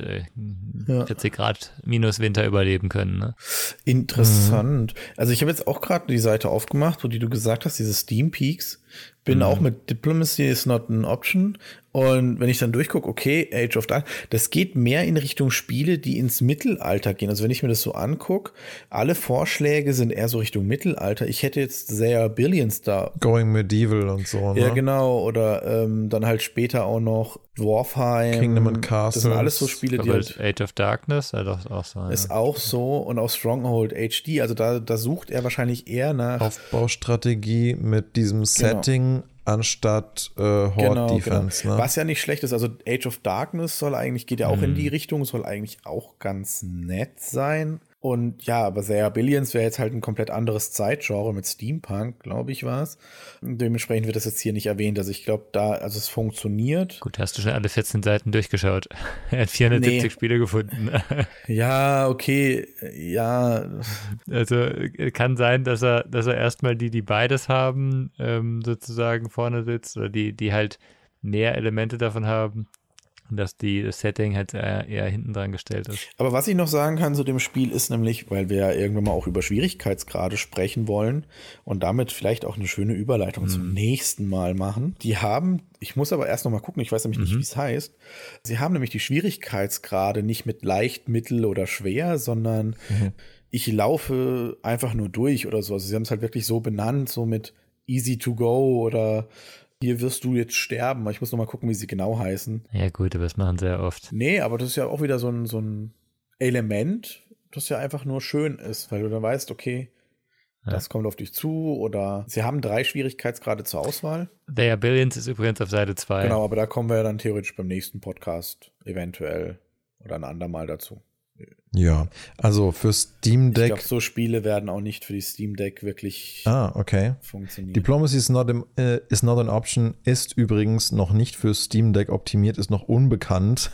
40 Grad minus Winter überleben können. Ne? Interessant. Also ich habe jetzt auch gerade die Seite aufgemacht, wo du gesagt hast, diese Steam Peaks. Bin auch mit Diplomacy is not an option. Und wenn ich dann durchgucke, okay, Age of Darkness, das geht mehr in Richtung Spiele, die ins Mittelalter gehen. Also wenn ich mir das so angucke, alle Vorschläge sind eher so Richtung Mittelalter. Ich hätte jetzt sehr Billions da. Going Medieval und so, ne? Ja, genau. Oder dann halt später auch noch Dwarfheim. Kingdom and Castles. Das sind alles so Spiele, die halt Age of Darkness auch so. Ist auch so. Und auch Stronghold HD. Also da sucht er wahrscheinlich eher nach Aufbaustrategie mit diesem Setting anstatt Horde-Defense. Genau. Ne? Was ja nicht schlecht ist. Also Age of Darkness geht ja auch in die Richtung, soll eigentlich auch ganz nett sein. Und ja, aber Sarah Billions wäre jetzt halt ein komplett anderes Zeitgenre mit Steampunk, glaube ich, war es. Dementsprechend wird das jetzt hier nicht erwähnt. Also ich glaube, also es funktioniert. Gut, hast du schon alle 14 Seiten durchgeschaut. Er hat 470 Spiele gefunden. Ja, okay, ja. Also kann sein, dass er erstmal die beides haben, sozusagen vorne sitzt, oder die halt mehr Elemente davon haben. Und dass das Setting halt eher hinten dran gestellt ist. Aber was ich noch sagen kann zu dem Spiel ist nämlich, weil wir ja irgendwann mal auch über Schwierigkeitsgrade sprechen wollen und damit vielleicht auch eine schöne Überleitung zum nächsten Mal machen. Ich muss aber erst noch mal gucken, ich weiß nämlich nicht, wie es heißt. Sie haben nämlich die Schwierigkeitsgrade nicht mit leicht, mittel oder schwer, sondern ich laufe einfach nur durch oder so. Also sie haben es halt wirklich so benannt, so mit easy to go oder hier wirst du jetzt sterben. Ich muss noch mal gucken, wie sie genau heißen. Ja gut, aber das machen sie ja oft. Nee, aber das ist ja auch wieder so ein Element, das ja einfach nur schön ist, weil du dann weißt, okay, das kommt auf dich zu oder sie haben 3 Schwierigkeitsgrade zur Auswahl. They Are Billions ist übrigens auf Seite 2. Genau, aber da kommen wir ja dann theoretisch beim nächsten Podcast eventuell oder ein andermal dazu. Ja, also für Steam Deck. Ich glaube, so Spiele werden auch nicht für die Steam Deck wirklich funktionieren. Diplomacy is not an option ist übrigens noch nicht für Steam Deck optimiert, ist noch unbekannt.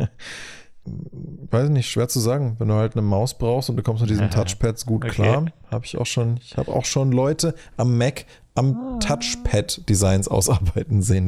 Weiß nicht, schwer zu sagen. Wenn du halt eine Maus brauchst und du kommst mit diesen Touchpads gut klar, ich habe auch schon Leute am Mac am Touchpad-Designs ausarbeiten sehen,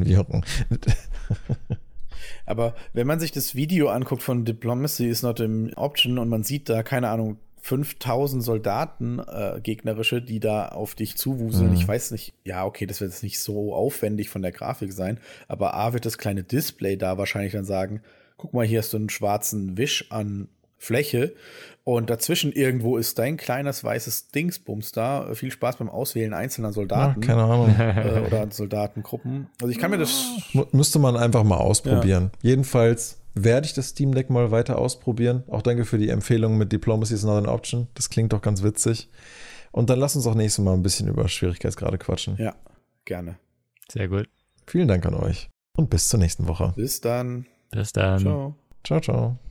Aber wenn man sich das Video anguckt von Diplomacy is not an option und man sieht da, keine Ahnung, 5000 Soldaten, gegnerische, die da auf dich zuwuseln. Ich weiß nicht, ja, okay, das wird jetzt nicht so aufwendig von der Grafik sein, aber A wird das kleine Display da wahrscheinlich dann sagen, guck mal, hier hast du einen schwarzen Wisch an Fläche und dazwischen irgendwo ist dein kleines weißes Dingsbums da. Viel Spaß beim Auswählen einzelner Soldaten. Ja, keine Ahnung. Oder Soldatengruppen. Also ich kann mir das... Müsste man einfach mal ausprobieren. Ja. Jedenfalls werde ich das Steam Deck mal weiter ausprobieren. Auch danke für die Empfehlung mit Diplomacy is not an option. Das klingt doch ganz witzig. Und dann lass uns auch nächstes Mal ein bisschen über Schwierigkeitsgrade quatschen. Ja, gerne. Sehr gut. Vielen Dank an euch und bis zur nächsten Woche. Bis dann. Bis dann. Ciao. Ciao, ciao.